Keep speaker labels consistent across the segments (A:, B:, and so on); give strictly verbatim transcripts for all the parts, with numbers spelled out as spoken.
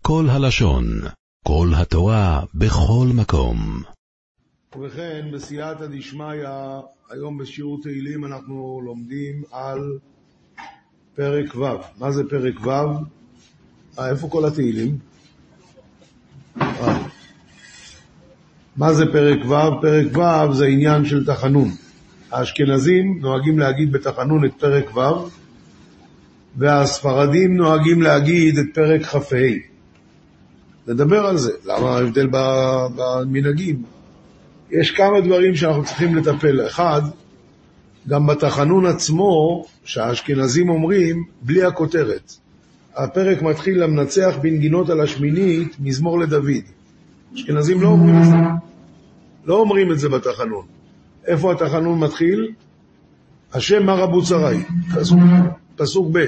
A: כל הלשון, כל התורה, בכל מקום.
B: ובכן, בסייעתא דשמיא, היום בשיעור תהילים אנחנו לומדים על פרק ו'. מה זה פרק ו'? אה, איפה כל התהילים? אה. מה זה פרק ו'? פרק ו' זה עניין של תחנון. האשכנזים נוהגים להגיד בתחנון את פרק ו', והספרדים נוהגים להגיד את פרק כ"ה. נדבר על זה. למה ההבדל במנהגים? יש כמה דברים שאנחנו צריכים לטפל. אחד, גם בתחנון עצמו, שהאשכנזים אומרים, בלי הכותרת. הפרק מתחיל למנצח בנגינות על השמינית, מזמור לדוד. האשכנזים לא אומרים את זה. לא אומרים את זה בתחנון. איפה התחנון מתחיל? השם מה רבו צרי. פסוק, פסוק ב'.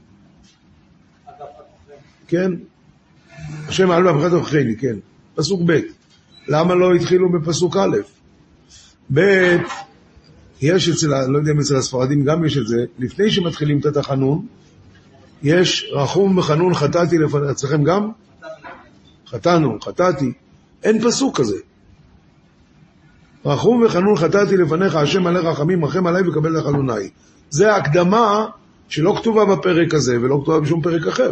B: כן? השם על בפחת ובחני, כן. פסוק ב'. למה לא התחילו בפסוק א'? ב', יש אצל, לא יודע אם אצל הספרדים גם יש את זה, לפני שמתחילים את התחנון, יש רחום וחנון חטאתי לפני, אצלכם גם? חטאנו, חטאתי. אין פסוק כזה. רחום וחנון חטאתי לפניך, השם עלי רחמים, רחם עלי וקבל לחלוני. זה ההקדמה שלא כתובה בפרק הזה, ולא כתובה בשום פרק אחר.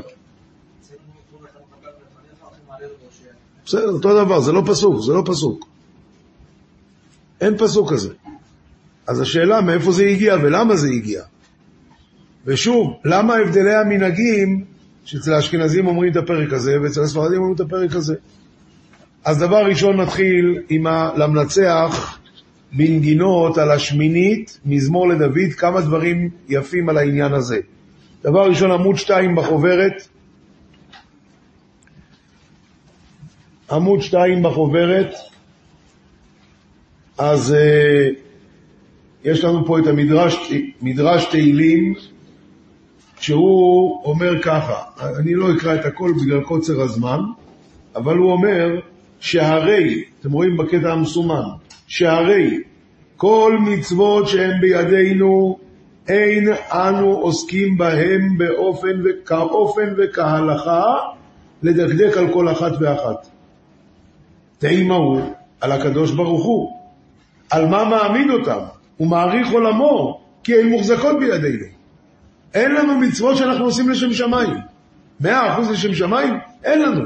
B: בסדר, אותו דבר, זה לא פסוק, זה לא פסוק. אין פסוק כזה. אז השאלה מאיפה זה הגיע ולמה זה הגיע. ושוב, למה הבדלי המנהגים שאצל האשכנזים אומרים את הפרק הזה ואצל הספרדים אומרים את הפרק הזה? אז דבר ראשון נתחיל עם למנצח בנגינות על השמינית, מזמור לדוד, כמה דברים יפים על העניין הזה. דבר ראשון, עמוד שתיים בחוברת, עמוד שתיים בחוברת, אז uh, יש לנו פה את המדרש, מדרש תהילים, שהוא אומר ככה, אני לא אקרא את הכל בגלל קוצר הזמן, אבל הוא אומר שהרי, אתם רואים בקטע המסומן, שהרי כל מצוות שהן בידינו, אין אנו עוסקים בהם באופן וכאופן וכהלכה, לדקדק על כל אחת ואחת. תאימהו על הקדוש ברוך הוא. על מה מעמיד אותם? הוא מעריך עולמו, כי הן מוחזקות בידינו. אין לנו מצוות שאנחנו עושים לשם שמיים. מאה אחוז לשם שמיים? אין לנו.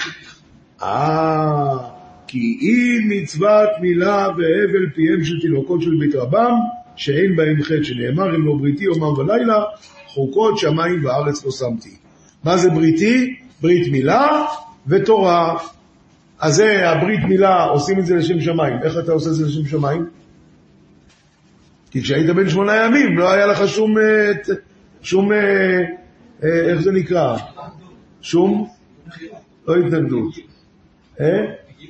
B: אה, כי היא מצוות מילה והבל פיהם של תינוקות של בית רבם, שאין בהם חטא, שנאמר אם לא בריתי יומם ולילה, חוקות שמיים וארץ לא שמתי. מה זה בריתי? ברית מילה ותורה. אז זה הברית מילה, עושים את זה לשם שמיים. איך אתה עושה את זה לשם שמיים? כי כשהיית בן שמונה ימים, לא היה לך שום, שום, איך זה נקרא? שום, לא התנגדות. אה?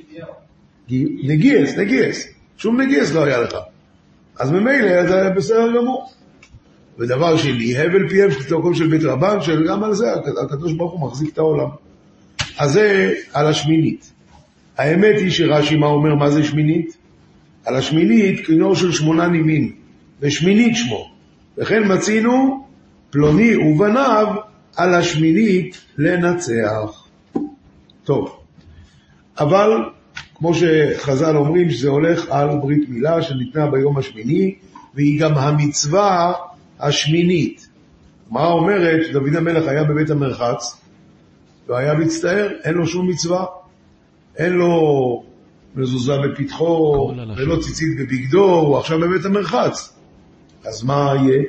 B: נגיעס, נגיעס. שום נגיעס לא היה לך. אז ממילא זה היה בסדר גמור. ודבר שני, הבל פיהם של תינוקות של בית רבן, שגם על זה הקדוש ברוך הוא מחזיק את העולם. אז זה על השמינית. האמת היא שרש"י מה אומר מה זה שמינית? על השמינית כינור של שמונה נימים, ושמינית שמו. וכן מצינו פלוני ובניו על השמינית לנצח. טוב, אבל כמו שחז"ל אומרים שזה הולך על ברית מילה שניתנה ביום השמיני, והיא גם המצווה השמינית. מה אומרת שדוד המלך היה בבית המרחץ, והיה מצטער, אין לו שום מצווה, אין לו מזוזה בפתחו, ולא ציצית בבגדו, הוא עכשיו בבית המרחץ. אז מה יהיה?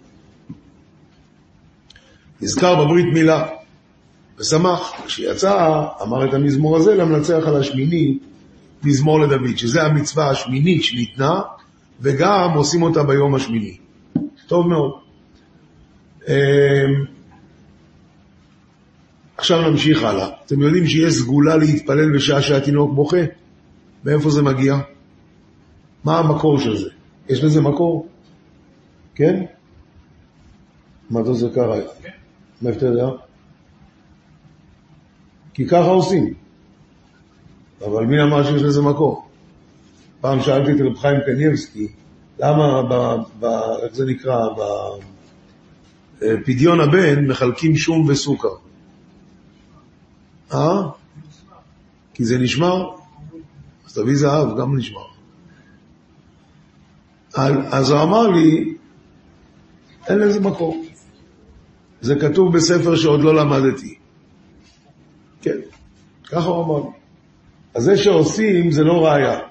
B: נזכר בברית מילה, ושמח. כשיצא, אמר את המזמור הזה למנצח על השמיני, מזמור לדוד, שזה המצווה השמינית שניתנה, וגם עושים אותה ביום השמיני. טוב מאוד. עכשיו נמשיך הלאה. אתם יודעים שיש סגולה להתפלל בשעה שהתינוק בוכה? מאיפה זה מגיע? מה המקור של זה? יש לזה מקור? כן? מה אתה זה ככה? מה אתה יודע? כי ככה עושים. אבל מי אמר שיש לזה מקור? פעם שאלתי את רב חיים קניבסקי, למה, ב, ב, איך זה נקרא, בפדיון הבן מחלקים שום וסוכר. אה? כי זה נשמר? אז תביא זהב, גם נשמר. אז הוא אמר לי, אין לזה מקום. זה כתוב בספר שעוד לא למדתי. כן, ככה הוא אמר לי. אז זה שעושים זה לא ראיה.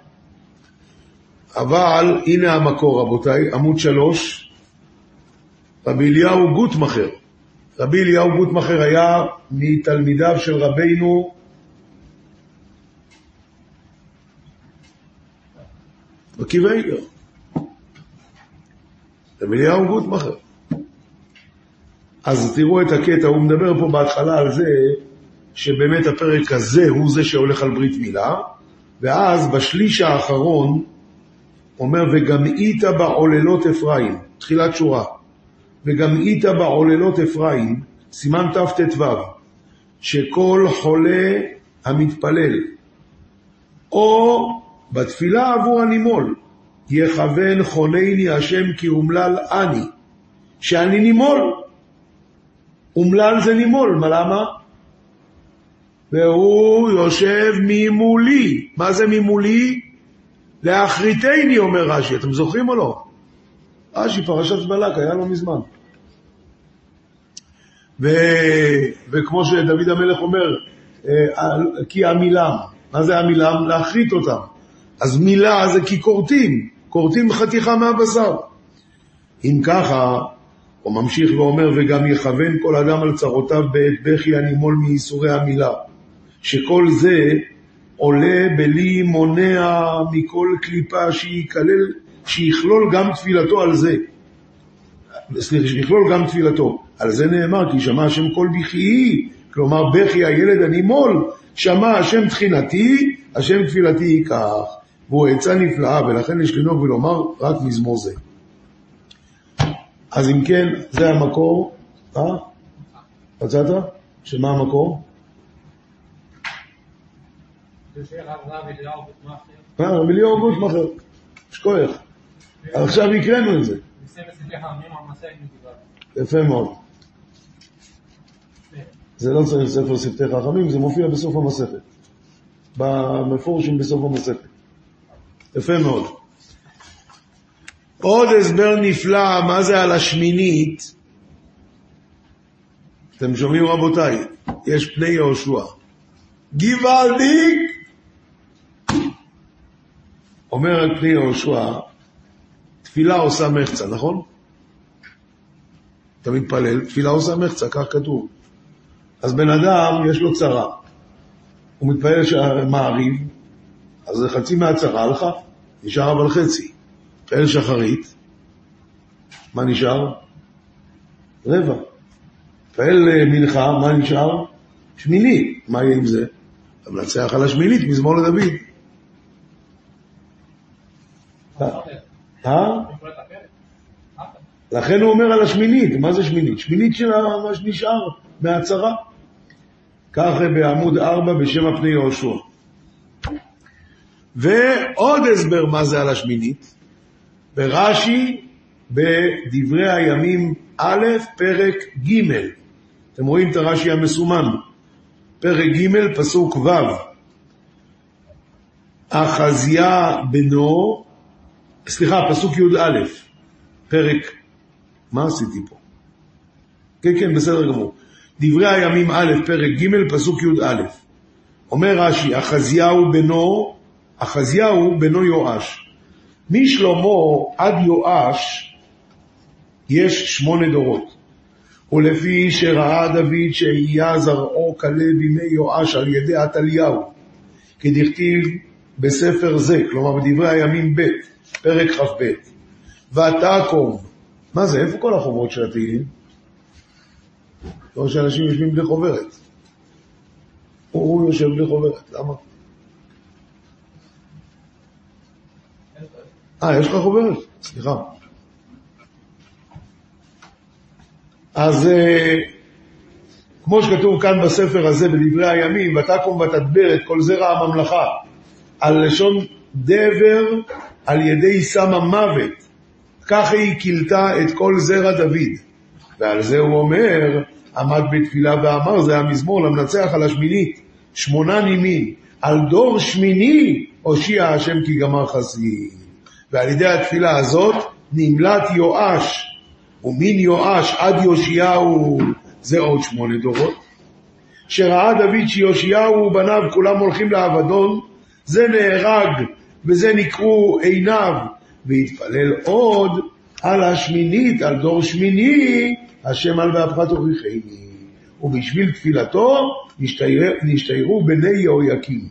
B: אבל הנה המקור, רבותיי, עמוד שלוש, רבי אליהו גוטמכר. רבי אליהו גוטמכר היה מתלמידיו של רבינו עקיבא איגר. רבי אליהו גוטמכר. אז תראו את הקטע, הוא מדבר פה בהתחלה על זה שבאמת הפרק הזה הוא זה שהולך על ברית מילה, ואז בשליש האחרון אומר וגם איתה בעוללות אפרים, תחילת שורה, וגם איתה בעוללות אפרים, סימן תפתת וו, שכל חולה המתפלל, או בתפילה עבור הנימול, יכוון חונני השם כי אומלל אני, שאני נימול, אומלל זה נימול, מה למה? והוא יושב ממולי, מה זה ממולי? לאחריתני אומר רש"י, אתם זוכרים או לא? רש"י פרשת בלק, היה לו מזמן. ו... וכמו שדוד המלך אומר, כי המילם, מה זה המילם? להחריט אותם. אז מילה זה כי קורטים, קורטים חתיכה מהבשר. אם ככה, הוא ממשיך ואומר, וגם יכוון כל אדם על צרותיו בעת בכי הנימול מייסורי המילה, שכל זה עולה בלי מונע מכל קליפה שיכלל, שיכלול גם תפילתו על זה. סליחה, שיכלול גם תפילתו. על זה נאמר, כי שמע השם כל בכי, כלומר בכי הילד הנימול, שמע השם תחינתי, השם תפילתי ייקח. והוא עצה נפלאה, ולכן יש לנהוג ולומר רק מזמור זה. אז אם כן, זה המקור. אה? מצאת? שמה המקור? אה, רבי אליהו גוטמכר. שכוח. עכשיו הקראנו את זה. יפה מאוד. זה לא צריך ספר שפתי חכמים, זה מופיע בסוף המסכת. במפורשים בסוף המסכת. יפה מאוד. עוד הסבר נפלא, מה זה על השמינית? אתם שומעים רבותיי? יש פני יהושע. גיבלדיק! אומר על פני יהושע, תפילה עושה מחצה, נכון? אתה מתפלל, תפילה עושה מחצה, כך כתוב. אז בן אדם יש לו צרה. הוא מתפלל שמעריב, אז זה חצי מהצרה לך, נשאר אבל חצי. מתפלל שחרית, מה נשאר? רבע. מתפלל מנחה, מה נשאר? שמינית. מה יהיה עם זה? אתה מנצח על השמינית, מזמור לדוד. אה? לכן הוא אומר על השמינית. מה זה שמינית? שמינית של מה שנשאר מהצרה. כך בעמוד ארבע בשם הפני יהושע. ועוד הסבר מה זה על השמינית. ברש"י בדברי הימים א' פרק ג'. אתם רואים את הרש"י המסומן. פרק ג' פסוק ו'. אחזיה בנו, סליחה, פסוק י' א', פרק, מה עשיתי פה? כן, כן, בסדר גמור. דברי הימים א', פרק ג', פסוק י' א'. אומר רש"י, אחזיהו בנו, אחזיהו בנו יואש. משלמה עד יואש יש שמונה דורות. ולפי שראה דוד שיהיה זרעו קלה בימי יואש על ידי עתליהו, כדכתיב בספר זה, כלומר בדברי הימים ב', פרק כ"ב. ותקום, מה זה? איפה כל החוברות של התהילים? לא שאנשים יושבים בלי חוברת. הוא יושב בלי חוברת, למה? אה, יש לך חוברת? סליחה. אז כמו שכתוב כאן בספר הזה בדברי הימים, ותקום ותדבר את כל זרע הממלכה, על לשון דבר על ידי שם המוות, ככה היא קילתה את כל זרע דוד. ועל זה הוא אומר, עמד בתפילה ואמר, זה המזמור למנצח על השמינית, שמונה נימין, על דור שמיני הושיע השם כי גמר חסדי. ועל ידי התפילה הזאת נמלט יואש, ומין יואש עד יאשיהו, זה עוד שמונה דורות. שראה דוד שיאשיהו ובניו כולם הולכים לאבדון, זה נהרג וזה נקרו עיניו, והתפלל עוד על השמינית, על דור שמיני, השם על ואפך תוכיחני. ובשביל תפילתו נשתיירו בני יהויקים.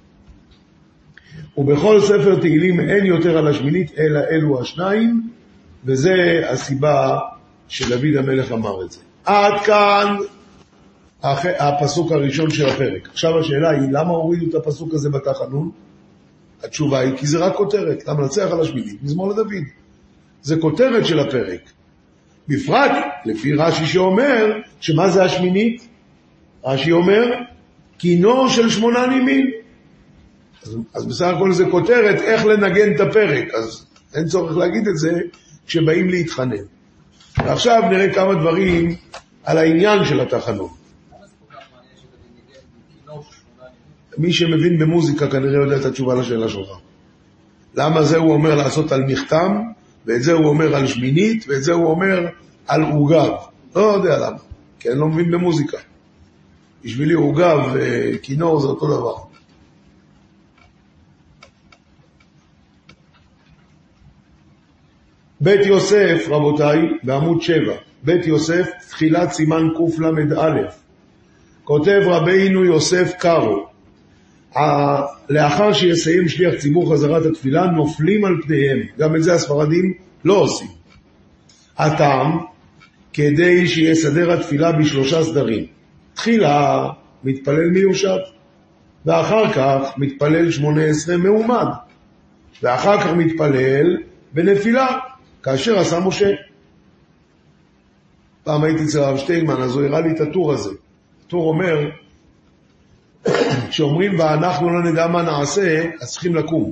B: ובכל ספר תהילים אין יותר על השמינית אלא אלו השניים, וזה הסיבה שדוד המלך אמר את זה. עד כאן הפסוק הראשון של הפרק. עכשיו השאלה היא, למה הורידו את הפסוק הזה בתחנון? התשובה היא, כי זה רק כותרת. למה נצח על השמינית? מזמור לדוד. זה כותרת של הפרק. בפרט, לפי רש"י שאומר, שמה זה השמינית? רש"י אומר, כינור של שמונה נימין. אז, אז בסך הכל זה כותרת איך לנגן את הפרק, אז אין צורך להגיד את זה כשבאים להתחנן. ועכשיו נראה כמה דברים על העניין של התחנון. מי שמבין במוזיקה כנראה יודע את התשובה לשאלה שלך. למה זה הוא אומר לעשות על מכתם, ואת זה הוא אומר על שמינית, ואת זה הוא אומר על עוגב. לא יודע למה, כי אני לא מבין במוזיקה. בשבילי עוגב וכינור זה אותו דבר. בית יוסף, רבותיי, בעמוד שבע, בית יוסף, תחילת סימן קוף למד א', כותב רבינו יוסף קארו, לאחר שיסיים שליח ציבור חזרת התפילה, נופלים על פניהם, גם את זה הספרדים לא עושים. הטעם, כדי שיסדר התפילה בשלושה סדרים. תחילה מתפלל מיושב, ואחר כך מתפלל שמונה עשרה מעומד, ואחר כך מתפלל בנפילה, כאשר עשה משה. פעם הייתי אצל הרב שטיינמן, אז הוא הראה לי את הטור הזה. הטור אומר, כשאומרים ואנחנו לא נדע מה נעשה, אז צריכים לקום.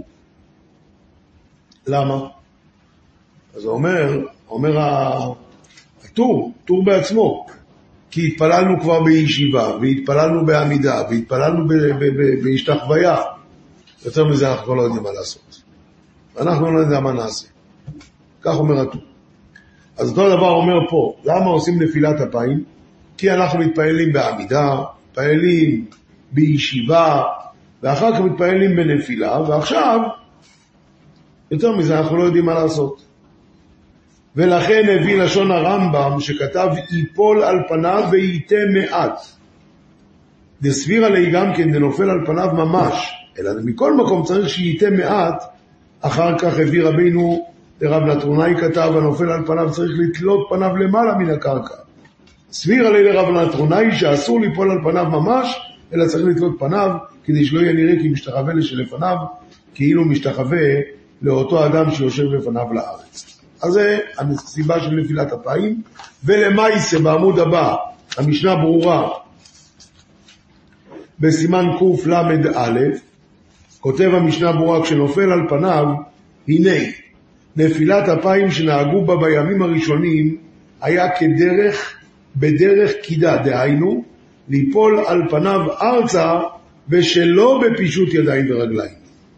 B: למה? אז הוא אומר, אומר הטור, טור בעצמו, כי התפללנו כבר בישיבה, והתפללנו בעמידה, והתפללנו בהשתחוויה. יותר מזה אנחנו לא יודעים מה לעשות. ואנחנו לא נדע מה נעשה. כך אומר הטור. אז אותו דבר אומר פה, למה עושים נפילת אפיים? כי אנחנו מתפעלים בעמידה, מתפעלים בישיבה, ואחר כך מתפעלים בנפילה, ועכשיו, יותר מזה אנחנו לא יודעים מה לעשות. ולכן הביא לשון הרמב"ם שכתב ייפול על פניו וייתה מעט. דסביר עלי גם כן דנופל על פניו ממש, אלא מכל מקום צריך שייתה מעט. אחר כך הביא רבינו לרב נטרונאי כתב, הנופל על פניו צריך לתלות פניו למעלה מן הקרקע. סביר עלי לרב נטרונאי שאסור ליפול על פניו ממש, אלא צריך לתלות פניו, כדי שלא יהיה נראה כי משתחווה לשלפניו, כאילו משתחווה לאותו אדם שיושב לפניו לארץ. אז זה הסיבה של נפילת אפיים. ולמעשה בעמוד הבא, המשנה ברורה, בסימן קוף למד א', כותב המשנה ברורה, כשנופל על פניו, הנה, נפילת אפיים שנהגו בה בימים הראשונים, היה כדרך, בדרך קידה, דהיינו, ליפול על פניו ארצה, ושלא בפישוט ידיים ורגליים.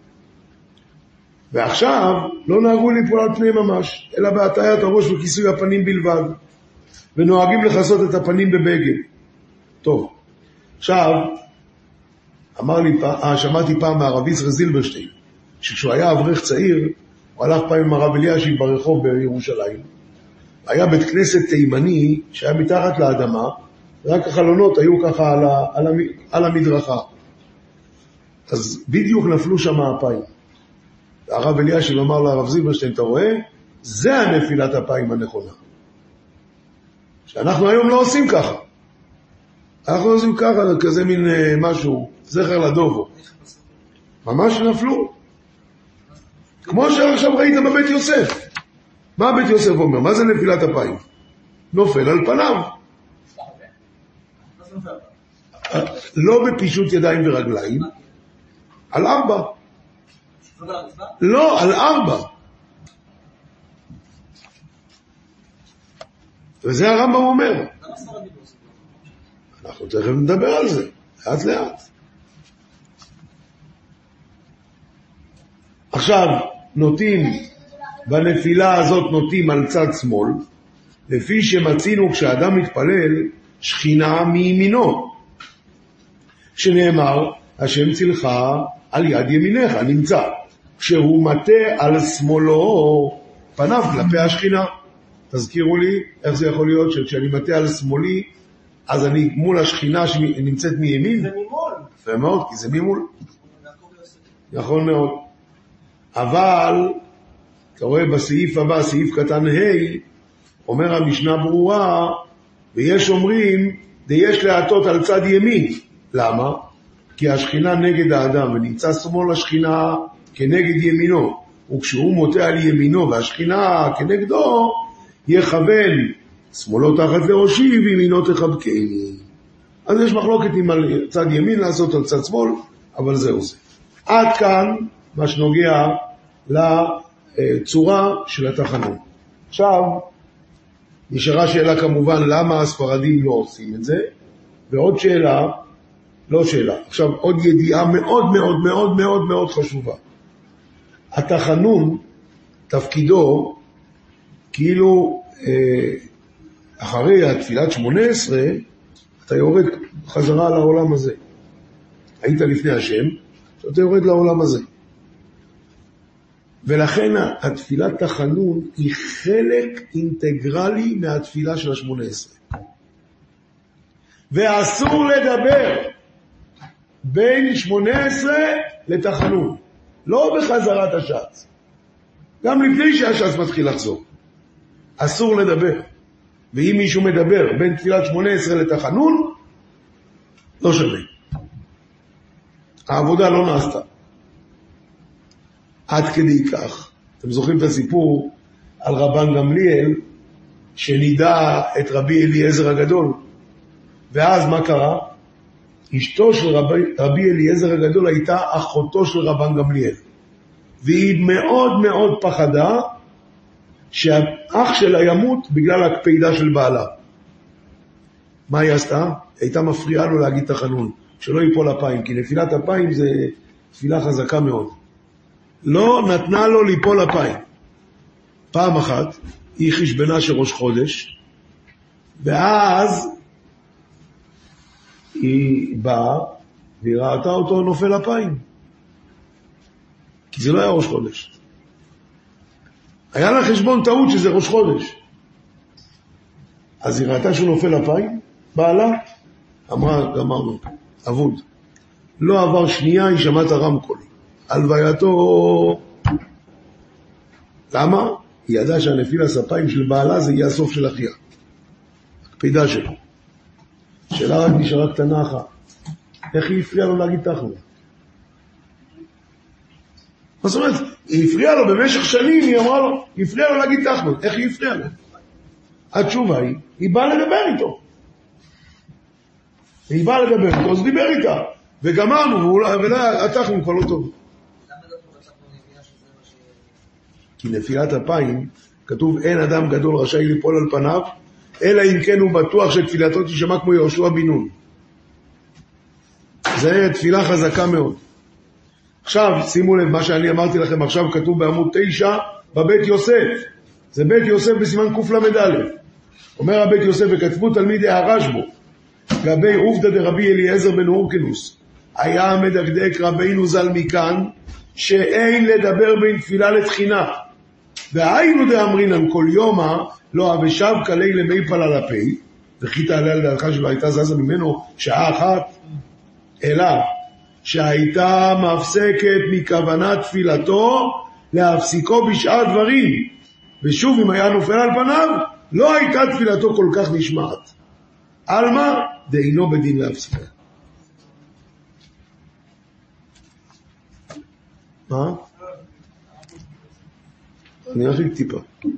B: ועכשיו לא נהגו ליפול על פני ממש, אלא בהטיית הראש וכיסוי הפנים בלבד, ונוהגים לחסות את הפנים בבגד. טוב, עכשיו, אמר לי, שמעתי פעם מהרב יצחק זילברשטיין, שכשהוא היה אברך צעיר, הוא הלך פעם עם הרב אלישיב ברחוב בירושלים, היה בית כנסת תימני שהיה מתחת לאדמה, רק החלונות היו ככה על, ה, על, המ, על המדרכה. אז בדיוק נפלו שם אפיים. הרב אלישיב אמר לרב זילברשטיין, אתה רואה? זה הנפילת אפיים הנכונה. שאנחנו היום לא עושים ככה. אנחנו לא עושים ככה, כזה מין משהו, זכר לדובו. ממש נפלו. כמו שעכשיו ראית בבית יוסף. מה בית יוסף אומר? מה זה נפילת אפיים? נופל על פניו. לא בפישוט ידיים ורגליים, על ארבע. לא, על ארבע. וזה הרמב"ם אומר. אנחנו תכף נדבר על זה, לאט לאט. עכשיו נוטים, בנפילה הזאת נוטים על צד שמאל, לפי שמצינו כשאדם מתפלל שכינה מימינו, שנאמר השם צילך על יד ימינך, נמצא. כשהוא מטה על שמאלו פניו כלפי השכינה. תזכירו לי איך זה יכול להיות שכשאני מטה על שמאלי אז אני מול השכינה שנמצאת מימין?
C: זה ממול.
B: יפה מאוד, כי זה ממול. נכון מאוד. אבל אתה רואה בסעיף הבא, סעיף קטן ה', אומר המשנה ברורה, ויש אומרים יש להטות על צד ימין. למה? כי השכינה נגד האדם ונמצא שמאל השכינה כנגד ימינו, וכשהוא מוטה על ימינו והשכינה כנגדו יכוון שמאלו תחת לראשי וימינו תחבקני. אז יש מחלוקת עם על צד ימין לעשות על צד שמאל, אבל זהו זה. עד כאן מה שנוגע לצורה של התחנון. עכשיו נשארה שאלה כמובן למה הספרדים לא עושים את זה, ועוד שאלה, לא שאלה, עכשיו עוד ידיעה מאוד מאוד מאוד מאוד מאוד חשובה. התחנון, תפקידו, כאילו אחרי התפילת שמונה עשרה, אתה יורד חזרה לעולם הזה. היית לפני השם, אתה יורד לעולם הזה. ולכן התפילת תחנון היא חלק אינטגרלי מהתפילה של השמונה עשרה. ואסור לדבר בין שמונה עשרה לתחנון. לא בחזרת השץ. גם לפני שהשץ מתחיל לחזור. אסור לדבר. ואם מישהו מדבר בין תפילת שמונה עשרה לתחנון, לא שווה. העבודה לא נעשתה. עד כדי כך. אתם זוכרים את הסיפור על רבן גמליאל, שנידע את רבי אליעזר הגדול. ואז מה קרה? אשתו של רבי, רבי אליעזר הגדול הייתה אחותו של רבן גמליאל. והיא מאוד מאוד פחדה שהאח שלה ימות בגלל הקפידה של בעלה. מה היא עשתה? הייתה מפריעה לו להגיד תחנון, שלא ייפול אפיים, כי נפילת אפיים זה תפילה חזקה מאוד. לא נתנה לו ליפול אפיים. פעם אחת היא חשבנה של ראש חודש, ואז היא באה והיא ראתה אותו נופל אפיים. כי זה לא היה ראש חודש. היה לה חשבון טעות שזה ראש חודש. אז היא ראתה שהוא נופל אפיים, בעלה, אמרה, אמרנו, אבוד. לא עבר שנייה, היא שמעת הרמקול. הלווייתו, למה? היא ידעה שהנפיל הספיים של בעלה זה יהיה הסוף של אחיה. הקפידה שלו. שאלה רק נשארה קטנה אחת. איך היא הפריעה לו להגיד תחנון? מה זאת אומרת? היא הפריעה לו במשך שנים, היא אמרה לו, היא הפריעה לו להגיד תחנון. איך היא הפריעה לו? התשובה היא, היא באה לדבר איתו. היא באה לדבר איתו, אז דיבר איתה. וגמרנו, והתחנון כבר לא טוב. כי נפילת אפיים, כתוב אין אדם גדול רשאי ליפול על פניו, אלא אם כן הוא בטוח שתפילתו תשמע כמו יהושע בן נון. זה תפילה חזקה מאוד. עכשיו, שימו לב, מה שאני אמרתי לכם עכשיו כתוב בעמוד תשע, בבית יוסף. זה בית יוסף בסימן קוף למדלת. אומר הבית יוסף, וכתבו תלמידי הרשב"א, גבי עובדא דרבי אליעזר בן הורקנוס, היה מדקדק רבינו ז"ל מכאן, שאין לדבר בין תפילה לתחינה. והיינו דאמרינן כל יומה, לא אבשב כלי למי פל על הפי, וכי תעלה על דעתך שלא הייתה זזה ממנו שעה אחת, אלא שהייתה מפסקת מכוונת תפילתו להפסיקו בשעה דברים, ושוב אם היה נופל על פניו, לא הייתה תפילתו כל כך נשמעת. על מה? דאינו בדין להפסיקה. מה? אני ארחיק טיפה.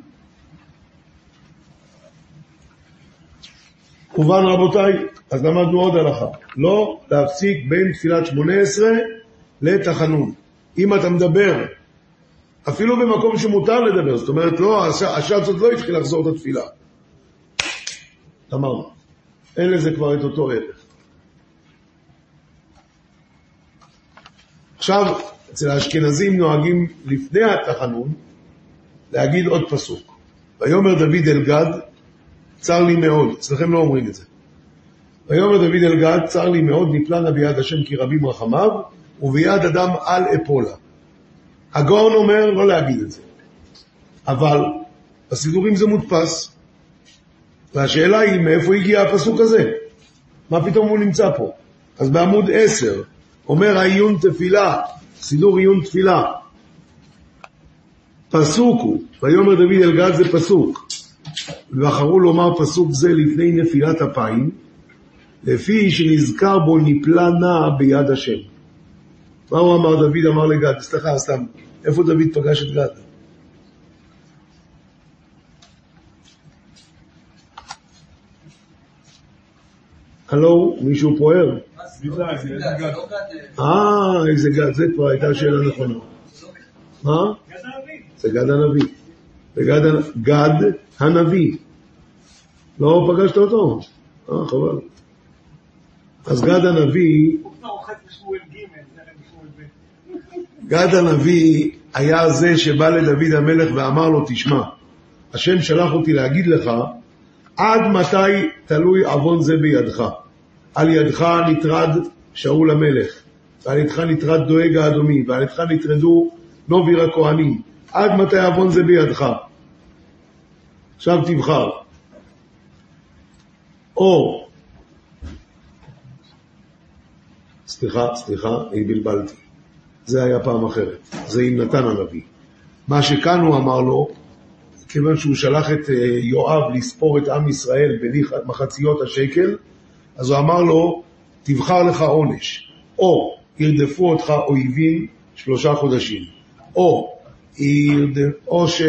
B: מובן רבותיי, אז למדנו עוד הלכה. לא להפסיק בין תפילת שמונה עשרה לתחנון. אם אתה מדבר, אפילו במקום שמותר לדבר, זאת אומרת, לא, השץ עוד לא התחיל לחזור את התפילה. אמרנו, אין לזה כבר את אותו ערך. עכשיו, אצל האשכנזים נוהגים לפני התחנון להגיד עוד פסוק. ויאמר דוד אל גד, צר לי מאוד, אצלכם לא אומרים את זה. ויאמר דוד אל גד, צר לי מאוד, נפלנה ביד השם כי רבים רחמיו, וביד אדם אל אפולה. הגאון אומר לא להגיד את זה. אבל בסידורים זה מודפס. והשאלה היא מאיפה הגיע הפסוק הזה? מה פתאום הוא נמצא פה? אז בעמוד עשר אומר העיון תפילה, סידור עיון תפילה. פסוק הוא, ויאמר דוד אל גד זה פסוק. ובחרו לומר פסוק זה לפני נפילת אפיים, לפי שנזכר בו נפלה נע ביד השם. מה הוא אמר דוד? אמר לגד, סליחה סתם, איפה דוד פגש את גד? הלו, מישהו פוער? אה, איזה גד, זה כבר הייתה שאלה נכונה. מה? זה גד הנביא. זה גד הנביא. לא פגשת אותו? אה, חבל. אז גד הנביא, גד הנביא היה זה שבא לדוד המלך ואמר לו, תשמע, השם שלח אותי להגיד לך, עד מתי תלוי עוון זה בידך? על ידך נטרד שאול המלך, ועל ידך נטרד דואג האדומי, ועל ידך נטרדו נוביר הכהנים. עד מתי עוון זה בידך? עכשיו תבחר. או, סליחה, סליחה, אני בלבלתי. זה היה פעם אחרת. זה עם נתן הנביא. מה שכאן הוא אמר לו, כיוון שהוא שלח את יואב לספור את עם ישראל במחציות השקל, אז הוא אמר לו, תבחר לך עונש. או ירדפו אותך אויבים שלושה חודשים. או, ירדפ, או, ש...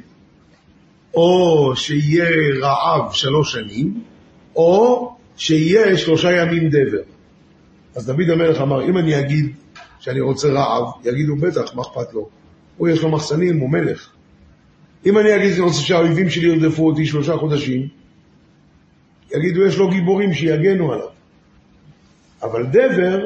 B: או שיהיה רעב שלוש שנים, או שיהיה שלושה ימים דבר. אז דוד המלך אמר, אם אני אגיד שאני רוצה רעב, יגידו בטח, מה אכפת לו? הוא יש לו מחסנים, הוא מלך. אם אני אגיד שאני רוצה שהאויבים שלי ירדפו אותי שלושה חודשים, יגידו יש לו גיבורים שיגנו עליו. אבל דבר,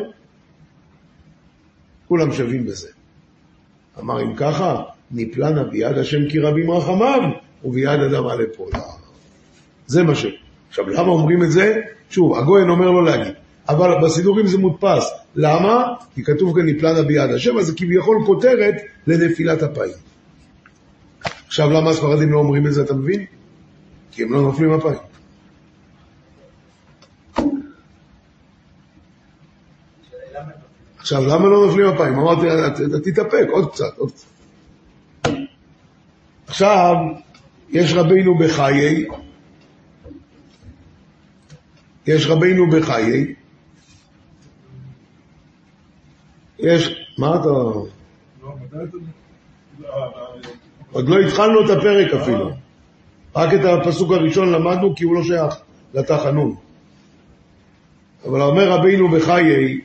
B: כולם שווים בזה. אמר אם ככה, נפלנה ביד השם כי רבים רחמיו, וביד אדם אל אפולה. זה מה ש... עכשיו, למה אומרים את זה? שוב, הגויין אומר לא להגיד. אבל בסידורים זה מודפס. למה? כי כתוב כאן נפלנה ביד השם, אז זה כביכול כותרת לנפילת אפיים. עכשיו, למה הספרדים לא אומרים את זה, אתה מבין? כי הם לא נופלים אפיים. עכשיו, למה לא נופלים אפיים? אמרתי, תתאפק, עוד קצת, עוד קצת. עכשיו, יש רבינו בחיי, יש רבינו בחיי, יש, מה אתה... עוד לא התחלנו את הפרק אפילו. רק את הפסוק הראשון למדנו כי הוא לא שייך לתחנון. אבל אומר רבינו בחיי,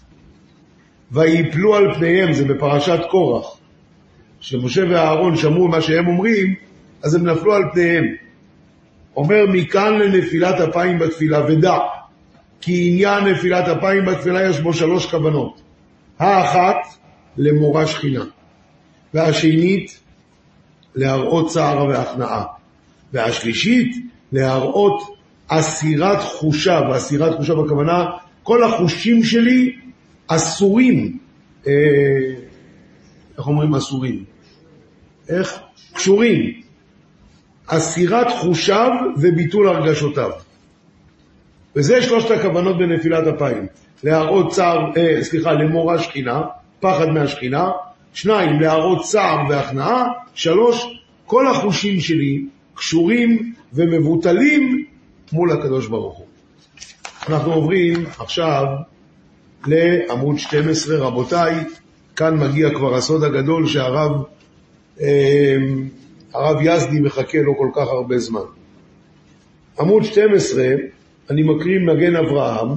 B: ויפלו על פניהם, זה בפרשת קורח, שמשה ואהרון שמעו מה שהם אומרים, אז הם נפלו על פניהם. אומר מכאן לנפילת אפיים בתפילה, ודע, כי עניין נפילת אפיים בתפילה יש בו שלוש כוונות. האחת, למורא שכינה, והשנית, להראות צער והכנעה, והשלישית, להראות אסירת חושה, ואסירת חושה בכוונה, כל החושים שלי אסורים, אה, איך אומרים אסורים? איך? קשורים. אסירת חושיו וביטול הרגשותיו. וזה שלושת הכוונות בנפילת אפיים. להראות צער, אה, סליחה, למורא שכינה, פחד מהשכינה. שניים, להראות צער והכנעה. שלוש, כל החושים שלי קשורים ומבוטלים מול הקדוש ברוך הוא. אנחנו עוברים עכשיו לעמוד שתים עשרה, רבותיי, כאן מגיע כבר הסוד הגדול שהרב אה, הרב יזדי מחכה לו כל כך הרבה זמן. עמוד שתים עשרה, אני מקריא מגן אברהם,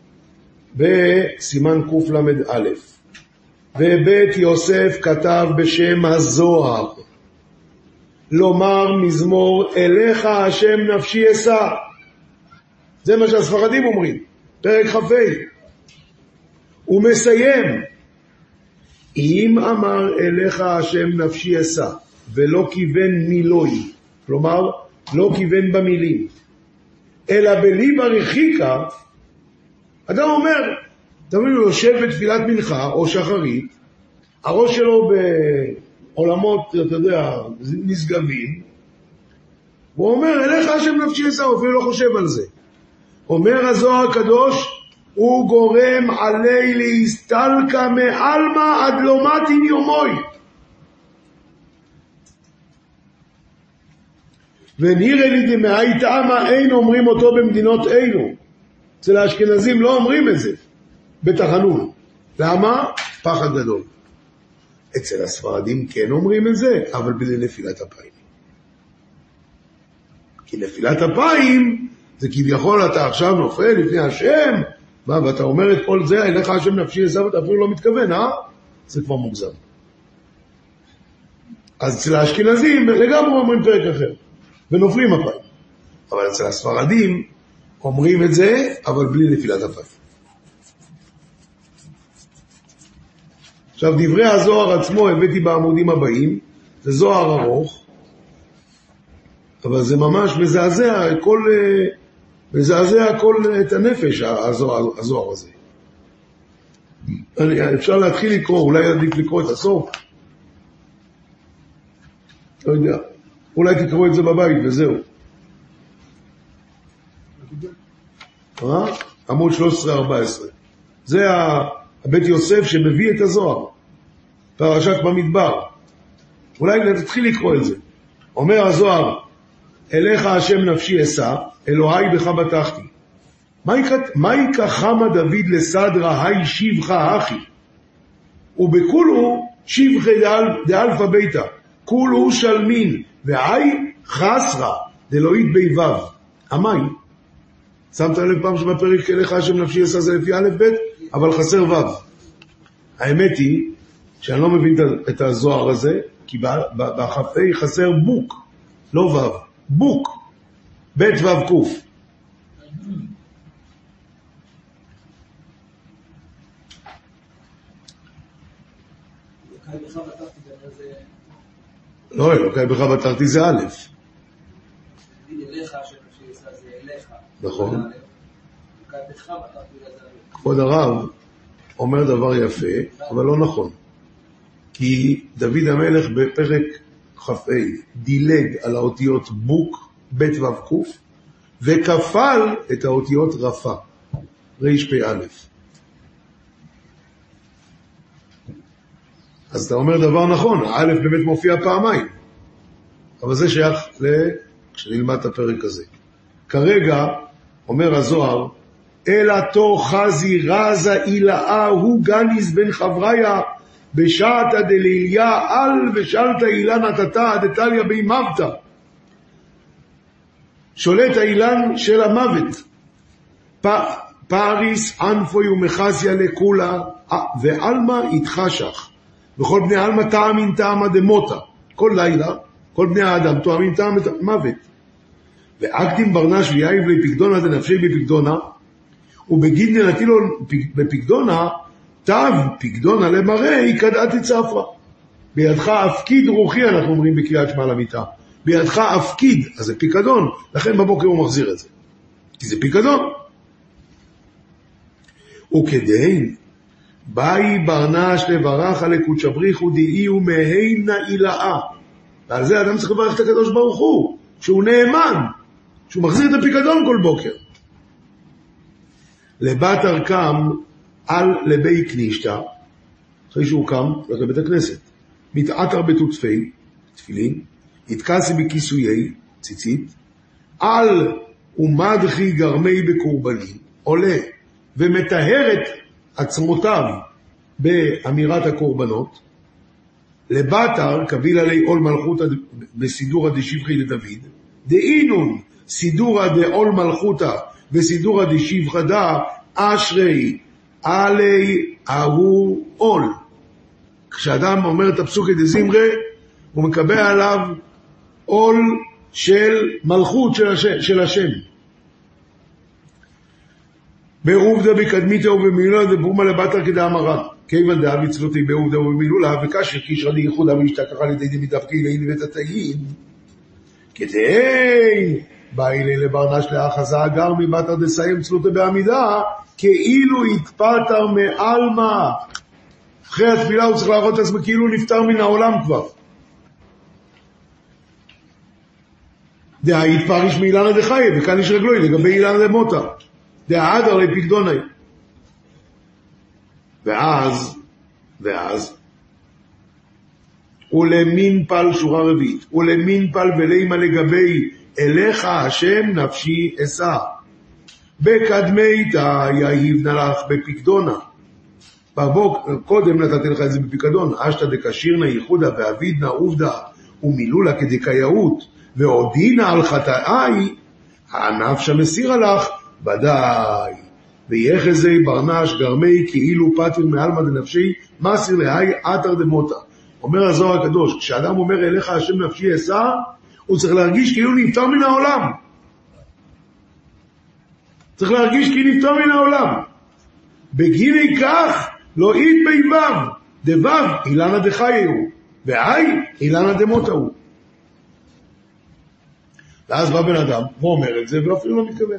B: בסימן קוף למד א', ובית יוסף כתב בשם הזוהר, לומר מזמור אליך השם נפשי אשא. זה מה שהספרדים אומרים, פרק חפי. הוא מסיים, אם אמר אליך השם נפשי אשא, ולא כיוון מילוי, כלומר, לא כיוון במילים, אלא בליבה רחיקה, אדם אומר, תמיד הוא יושב בתפילת מנחה או שחרית, הראש שלו בעולמות, אתה יודע, נשגבים, הוא אומר, אליך השם נפשי אשא, הוא אפילו לא חושב על זה. אומר הזוהר הקדוש, הוא גורם עלי להסתלקה מעלמא עד לא מתין יומוי. ונראה לי דמאי טעמה אין אומרים אותו במדינות אלו. אצל האשכנזים לא אומרים את זה בתחנון. למה? פחד גדול. אצל הספרדים כן אומרים את זה, אבל בלי נפילת אפיים. כי נפילת אפיים זה כביכול אתה עכשיו נופל לפני השם, ואתה אומר את כל זה, אליך השם נפשי אשא, ואתה אפילו לא מתכוון, אה? זה כבר מוגזם. אז אצל האשכנזים לגמרי אומרים פרק אחר, ונופלים אפיים. אבל אצל הספרדים אומרים את זה, אבל בלי נפילת אפיים. עכשיו, דברי הזוהר עצמו הבאתי בעמודים הבאים, זה זוהר ארוך, אבל זה ממש מזעזע כל, מזעזע כל את הנפש, הזוהר, הזוהר הזה. אפשר להתחיל לקרוא, אולי עדיף לקרוא את הסוף. לא יודע, אולי תקראו את זה בבית וזהו. עמוד שלוש עשרה ארבע עשרה. זה הבית יוסף שמביא את הזוהר. פרשת במדבר. אולי תתחיל לקרוא את זה. אומר הזוהר, אליך השם נפשי אשא, אלוהי בך בטחתי. מה יקחמה דוד לסדרה, היי שיבך אחי? ובכולו שיבחי דאלפא ביתה. כולו שלמין, והי חסרה, דלוהית ביבב. אמי, שמת לב פעם שבפרק אליך השם נפשי אשא זה לפי א' ב', אבל חסר ו'. האמת היא, שאני לא מבין את הזוהר הזה, כי בחפי חסר בוק, לא ו', בוק, ב' ו' קוף. לא, אלוקי בך בטחתי זה א'.
C: אליך השם נפשי אשא זה אליך.
B: נכון.
C: אלוקי בך בטחתי זה א'.
B: כבוד הרב אומר דבר יפה, אבל לא נכון. כי דוד המלך בפרק כ"ה דילג על האותיות בוק, ב' ו' קוף, וכפל את האותיות רפה, רפ"א. אז אתה אומר דבר נכון, א' באמת מופיע פעמיים, אבל זה שייך כשנלמד את הפרק הזה. כרגע, אומר הזוהר, אלא תוך חזי רזה אילאה הוא גניס בן חבריה, בשעת דליליה על ושאלת אילן נתתה דתליה בימבתה. שולט האילן של המוות. פאריס אנפוי ומחסיה לכולה, ואלמה התחשך. וכל בני אלמה טעמין טעמה דמותה. כל לילה, כל בני האדם טועמים טעם את המוות. ואקדים ברנש ויאיב לפקדונה דנפשי בפקדונה, ובגיד נתילו בפקדונה, תו פקדונה למראי כדעתי צפרה. בידך אפקיד רוחי, אנחנו אומרים בקריאת שמע למיטה. בידך אפקיד, אז זה פיקדון, לכן בבוקר הוא מחזיר את זה. כי זה פיקדון. וכדין, באי ברנש לברך על קודש בריך ודאי ומהינה אילאה. ועל זה האדם צריך לברך את הקדוש ברוך הוא, שהוא נאמן, שהוא מחזיר את הפיקדון כל בוקר. לבת ארכם על לבי כנישתא, אחרי שהוא קם, הולך לבית הכנסת, מתעטר בתותפי, תפילין, התכסי בכיסויי, ציצית, על ומדחי גרמי בקורבנים, עולה ומטהר את עצמותיו באמירת הקורבנות, לבטר קביל עלי עול מלכותא בסידורא דשבחי לדוד, דאינון סידורא דעול מלכותא וסידורא דשבחא דא אשרי עלי ההוא עול. כשאדם אומר את הפסוקי דזמרי, הוא מקבל עליו עול של מלכות של השם, של השם. בעובדא בקדמיתא ובמילא דברומה לבטר כדאמרן, כיוון דאב יצלותי בעובדה ובמילולה, וכאשר קישרה די ייחודה משתכחה לידי די מדווקי לעין ותתאים, כדי באי לי לברנש לאחזה גר מבטר דסיים צלותי בעמידה, כאילו התפטר מעלמה. אחרי התפילה הוא צריך להראות את עצמו כאילו נפטר מן העולם כבר. דעה יתפריש מאילנה דחיה, וכאן יש רגלוי לגבי אילנה דמותה. דעה עד הרי פקדוני. ואז, ואז, ולמין פל שורה רביעית, ולמין פל ולימה לגבי אליך השם נפשי אסע. בקדמי תהיה יבנה לך בפקדונה. בבוק, קודם נתתי לך את זה בפקדון, אשתא דקשירנה ייחודה ואבידנה עובדה ומילולה כדקייאות ועודינה על חטאי, הנפש המסירה לך ודאי. ויחזי ברנש גרמי כאילו פטר מעלמא דנפשי מסיר להי עטר דמותה. אומר הזוהר הקדוש, כשאדם אומר אליך השם נפשי אסע, הוא צריך להרגיש כאילו נפטר מן העולם. צריך להרגיש כאילו נפטר מן העולם. בגילי כך לא אית ביבב, דבב אילנה דחיה הוא, והי אילנה דמותה הוא. ואז בא בן אדם, הוא אומר את זה, ואפילו לא מתכוון.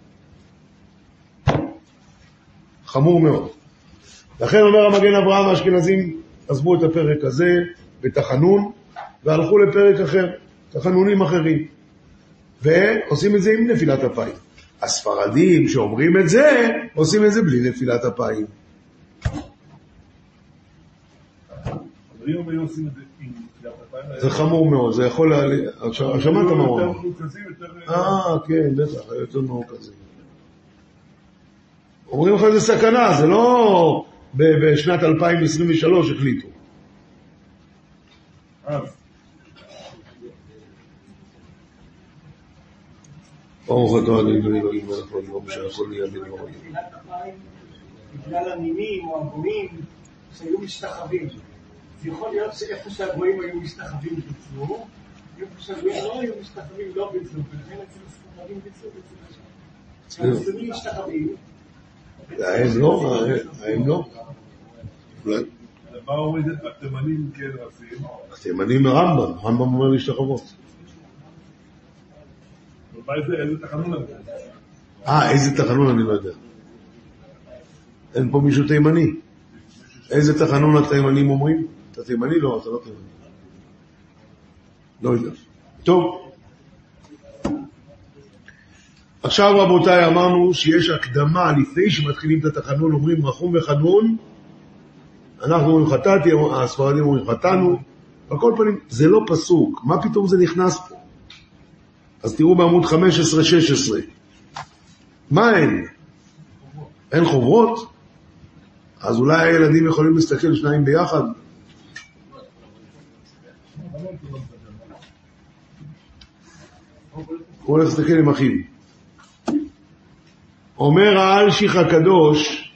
B: חמור מאוד. לכן אומר המגן אברהם, האשכנזים עזבו את הפרק הזה בתחנון, והלכו לפרק אחר, תחנונים אחרים. ועושים את זה עם נפילת אפיים. הספרדים שאומרים את זה, עושים את זה בלי נפילת אפיים. זה חמור מאוד, זה יכול להעלי... שמעת מה הוא אמר? אה, כן, בטח, יותר מרוכזים. אומרים לך זה סכנה, זה לא בשנת אלפיים עשרים ושלוש החליטו. ברוך אתה אדוני אלוהים מלך העולם שהכל נהיה בדברו.
C: בגלל הנימים או הגויים שהיו משתחווים. זה יכול להיות שאיפה שהגויים היו משתחווים ביצעו, איפה שהגויים לא היו משתחווים לא ביצעו, ולכן אצל הספרדים ביצעו ביצעו. כשהמוסלמים משתחווים.
B: הם לא, הם לא.
D: מה אומרים, התימנים כן עושים?
B: התימנים הרמב"ם, הרמב"ם אומר להשתחוות.
D: איזה תחנון אני?
B: אה, איזה תחנון אני לא יודע. אין פה מישהו תימני. איזה תחנון התימנים אומרים? אתה תימני? לא, אתה לא תימני. לא יודע. טוב. עכשיו רבותיי אמרנו שיש הקדמה לפני שמתחילים את התחנון, אומרים רחום וחנון, אנחנו אומרים חטאתי, הספרדים אומרים חטאנו, על כל פנים זה לא פסוק, מה פתאום זה נכנס פה? אז תראו בעמוד חמש עשרה שש עשרה, מה אין? אין חוברות? אז אולי הילדים יכולים להסתכל שניים ביחד? הוא הולך להסתכל עם אחיו. אומר האלשיך הקדוש,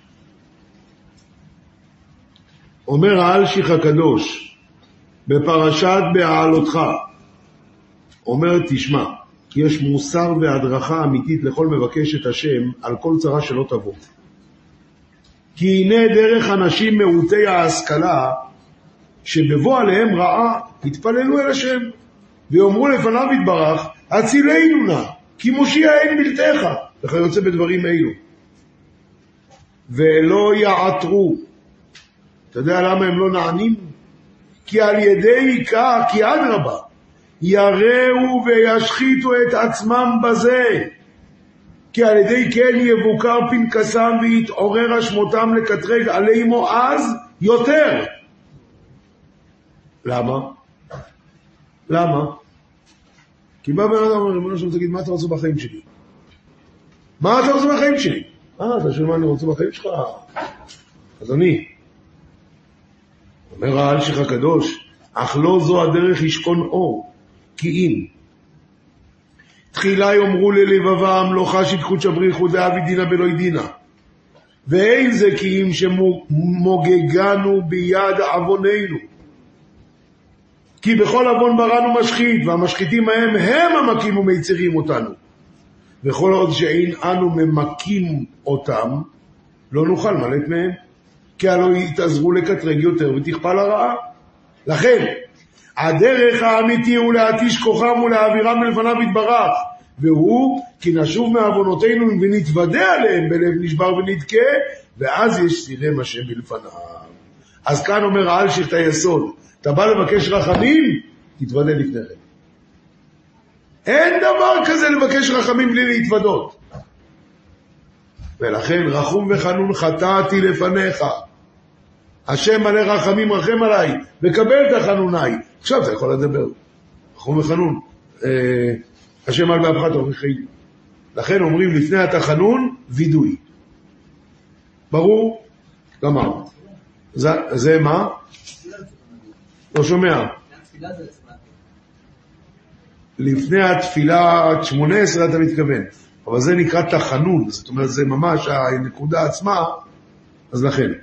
B: אומר האלשיך הקדוש, בפרשת בהעלותך, אומר תשמע, יש מוסר והדרכה אמיתית לכל מבקש את השם על כל צרה שלא תבוא. כי הנה דרך אנשים מעוטי ההשכלה, שבבוא עליהם רעה, התפללו אל השם, ואומרו לפניו יתברך, הצילנו נא, כי מושיע אין בלתך. לך יוצא בדברים אלו. ולא יעתרו. אתה יודע למה הם לא נענים? כי על ידי כך, כי עד רבה, יראו וישחיתו את עצמם בזה. כי על ידי כן יבוקר פנקסם ויתעורר אשמותם לקטרג עלימו אז יותר. למה? למה? כי בא בן אדם אומר, ריבונו של עולם, תגיד, מה אתה רוצה בחיים שלי? מה אתה רוצה בחיים שלי? אה, אתה שואל מה אני רוצה בחיים שלך? אדוני, אומר האלשיך הקדוש, אך לא זו הדרך ישכון אור, כי אם תחילה יאמרו ללבבם לא חש יתחוד שבריחו דאבי דינה בלוי דינה, ואין זה כי אם שמוגגנו ביד עווננו, כי בכל עוון בראנו משחית, והמשחיתים ההם הם המקים ומיצרים אותנו, וכל עוד שאין אנו ממקים אותם לא נוכל מלט מהם, כי הלוא יתעזרו לקטרג יותר ותכפה לרעה. לכן, הדרך האמיתי הוא להתיש כוחם ולהעבירם מלפניו יתברך, והוא כי נשוב מעוונותינו ונתוודע עליהם בלב נשבר ונדכה, ואז יש סירם השם מלפניו. אז כאן אומר האלשיך את היסוד, אתה בא לבקש רחמים, תתוודה לפני כן. אין דבר כזה לבקש רחמים בלי להתוודות. ולכן רחום וחנון חטאתי לפניך. השם מלא רחמים רחם עליי, וקבל את החנוני. עכשיו אתה יכול לדבר. רחום וחנון. אה, השם על באפך תוכיחי. לכן אומרים לפני התחנון, וידוי. ברור? גמר. זה, זה מה? לא שומע. לפני התפילה עד שמונה עשרה אתה מתכוון. אבל זה נקרא תחנון. זאת אומרת, זה ממש הנקודה עצמה. אז לכן.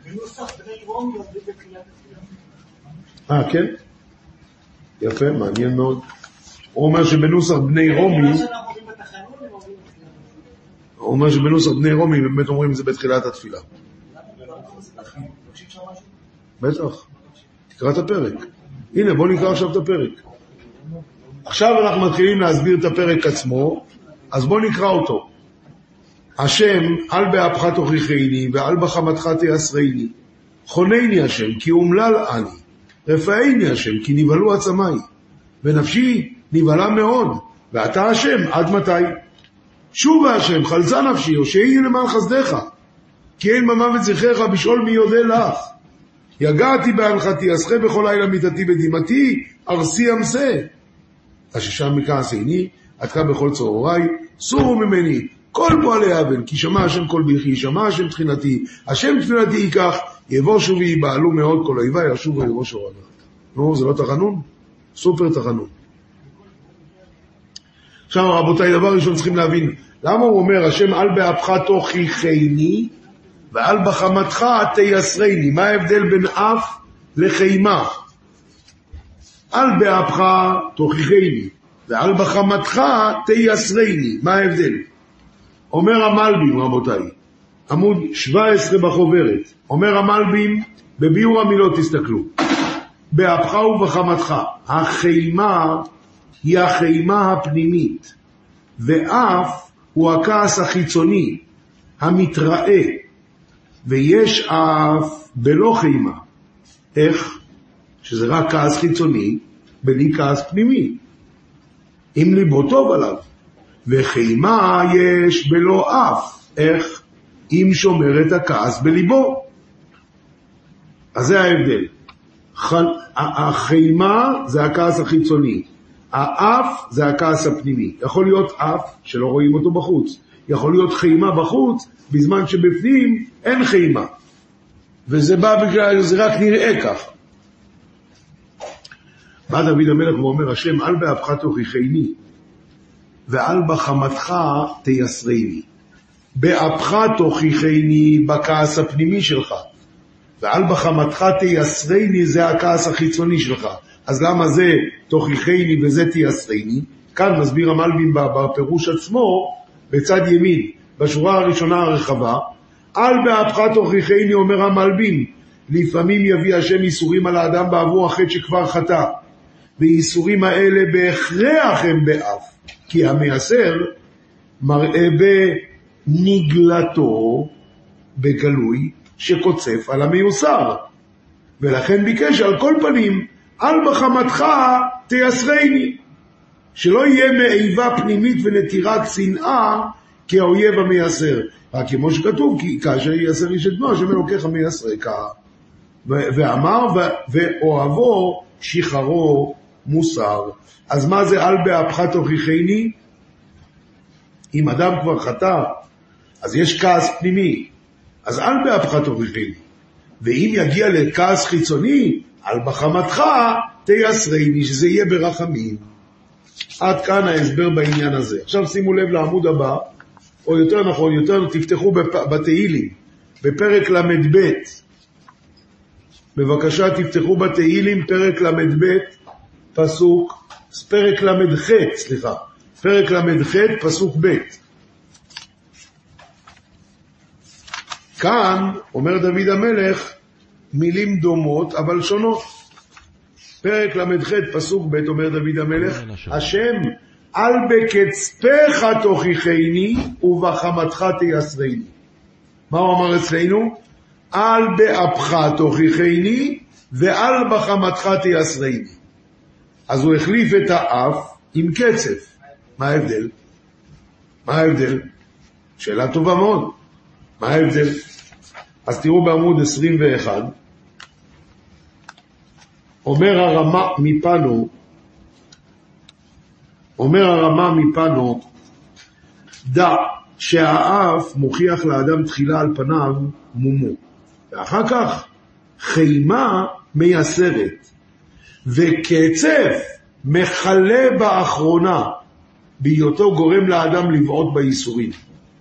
B: אה, כן? יפה, מעניין מאוד. הוא אומר שבנוסח בני רומי, הוא אומר שבנוסח בני רומי באמת אומרים את זה בתחילת התפילה. בטח. תקרא את הפרק. הנה, בוא נקרא עכשיו את הפרק. עכשיו אנחנו מתחילים להסביר את הפרק עצמו, אז בוא נקרא אותו. השם, על באפך תוכיחני ועל בחמתך תיאסרני. חונני השם, כי אומלל אני. רפאני השם, כי נבהלו עצמי. ונפשי נבהלה מאוד, ואתה השם, עד מתי? שובה השם, חלצה נפשי, הושעני למען חסדך. כי אין במוות זכרך בשאול מי יודע לך. יגעתי בהנחתי, אסחה בכל לילה מיתתי בדמעתי, ארסי אמסה. הששם מכעסני, עתך בכל צהורי, סורו ממני, כל פועלי אבן, כי שמע השם כל בלכי, שמע השם תחינתי, השם תפילתי ייקח, יבוא שובי, יבעלו מאוד כל אויבי, ישובו ירוש הורדה. נו, זה לא תחנון? סופר תחנון. עכשיו רבותיי, דבר ראשון צריכים להבין, למה הוא אומר, השם על באפך תוכיחני, ועל בחמתך תייסרני? מה ההבדל בין אף לחיימה? על באפך תוכיחני, ועל בחמתך תייסרני. מה ההבדל? אומר המלבים, רבותיי, עמוד שבע עשרה בחוברת, אומר המלבים, בביאור המילות תסתכלו, באפך ובחמתך, החיימה היא החיימה הפנימית, ואף הוא הכעס החיצוני, המתראה, ויש אף בלא חיימה. איך? שזה רק כעס חיצוני, בלי כעס פנימי. אם ליבו טוב עליו. וחיימה יש בלא אף. איך? אם שומר את הכעס בליבו. אז זה ההבדל. החיימה זה הכעס החיצוני. האף זה הכעס הפנימי. יכול להיות אף שלא רואים אותו בחוץ. יכול להיות חיימה בחוץ, בזמן שבפנים אין חיימה. וזה בא בגלל, זה רק נראה כך. בא דוד המלך ואומר, השם, על באפך תוכיחני, ועל בחמתך תייסרני. באפך תוכיחני בכעס הפנימי שלך, ועל בחמתך תייסרני זה הכעס החיצוני שלך. אז למה זה תוכיחני וזה תייסרני? כאן מסביר המלבים בפירוש עצמו, בצד ימין, בשורה הראשונה הרחבה, על באפך תוכיחני אומר המלבים, לפעמים יביא השם איסורים על האדם בעבור החטא שכבר חטא, ואיסורים האלה בהכרח הם באף, כי המייסר מראה בנגלתו בגלוי שקוצף על המיוסר, ולכן ביקש על כל פנים, על בחמתך תייסרני, שלא יהיה מאיבה פנימית ונטירת שנאה כאויב המייסר. רק כמו שכתוב, כי כאשר ייסר איש את בנו, השם אלוקיך מייסרך. ואמר, ואוהבו שחרו מוסר. אז מה זה על באפך תוכיחני? אם אדם כבר חטא, אז יש כעס פנימי. אז על באפך תוכיחני. ואם יגיע לכעס חיצוני, על בחמתך תייסרני, שזה יהיה ברחמים. עד כאן ההסבר בעניין הזה. עכשיו שימו לב לעמוד הבא, או יותר נכון, יותר תפתחו בתהילים, בפרק למד ב'. בבקשה תפתחו בתהילים, פרק למד ב', פסוק, פרק למד ח', סליחה, פרק למד ח', פסוק ב'. כאן, אומר דוד המלך, מילים דומות אבל שונות. פרק למ"ח פסוק ב' אומר דוד המלך, השם על בקצפך תוכיחני ובחמתך תייסרני. מה הוא אמר אצלנו? על באפך תוכיחני ועל בחמתך תייסרני. אז הוא החליף את האף עם קצף. מה ההבדל? מה ההבדל? שאלה טובה מאוד. מה ההבדל? אז תראו בעמוד עשרים ואחת, אומר הרמה מפנו, אומר הרמה מפנו, דע שהאף מוכיח לאדם תחילה על פניו מומו, ואחר כך חיימה מייסרת, וקצף מחלה באחרונה, בהיותו גורם לאדם לבעוט בייסורים.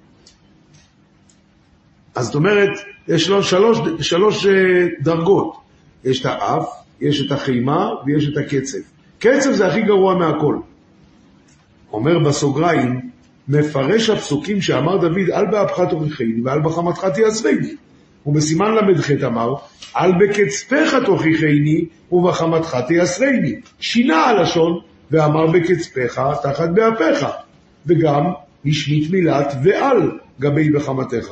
B: אז זאת אומרת, יש לו שלוש, שלוש דרגות. יש את האף, יש את החיימה ויש את הקצף. קצף זה הכי גרוע מהכל. אומר בסוגריים, מפרש הפסוקים שאמר דוד, על באפך תוכיחני ועל בחמתך תייסרני. ובסימן למ"ח אמר, על בקצפך תוכיחני ובחמתך תייסרני. שינה הלשון ואמר בקצפך תחת באפיך, וגם השמיט מילת ועל גבי בחמתך.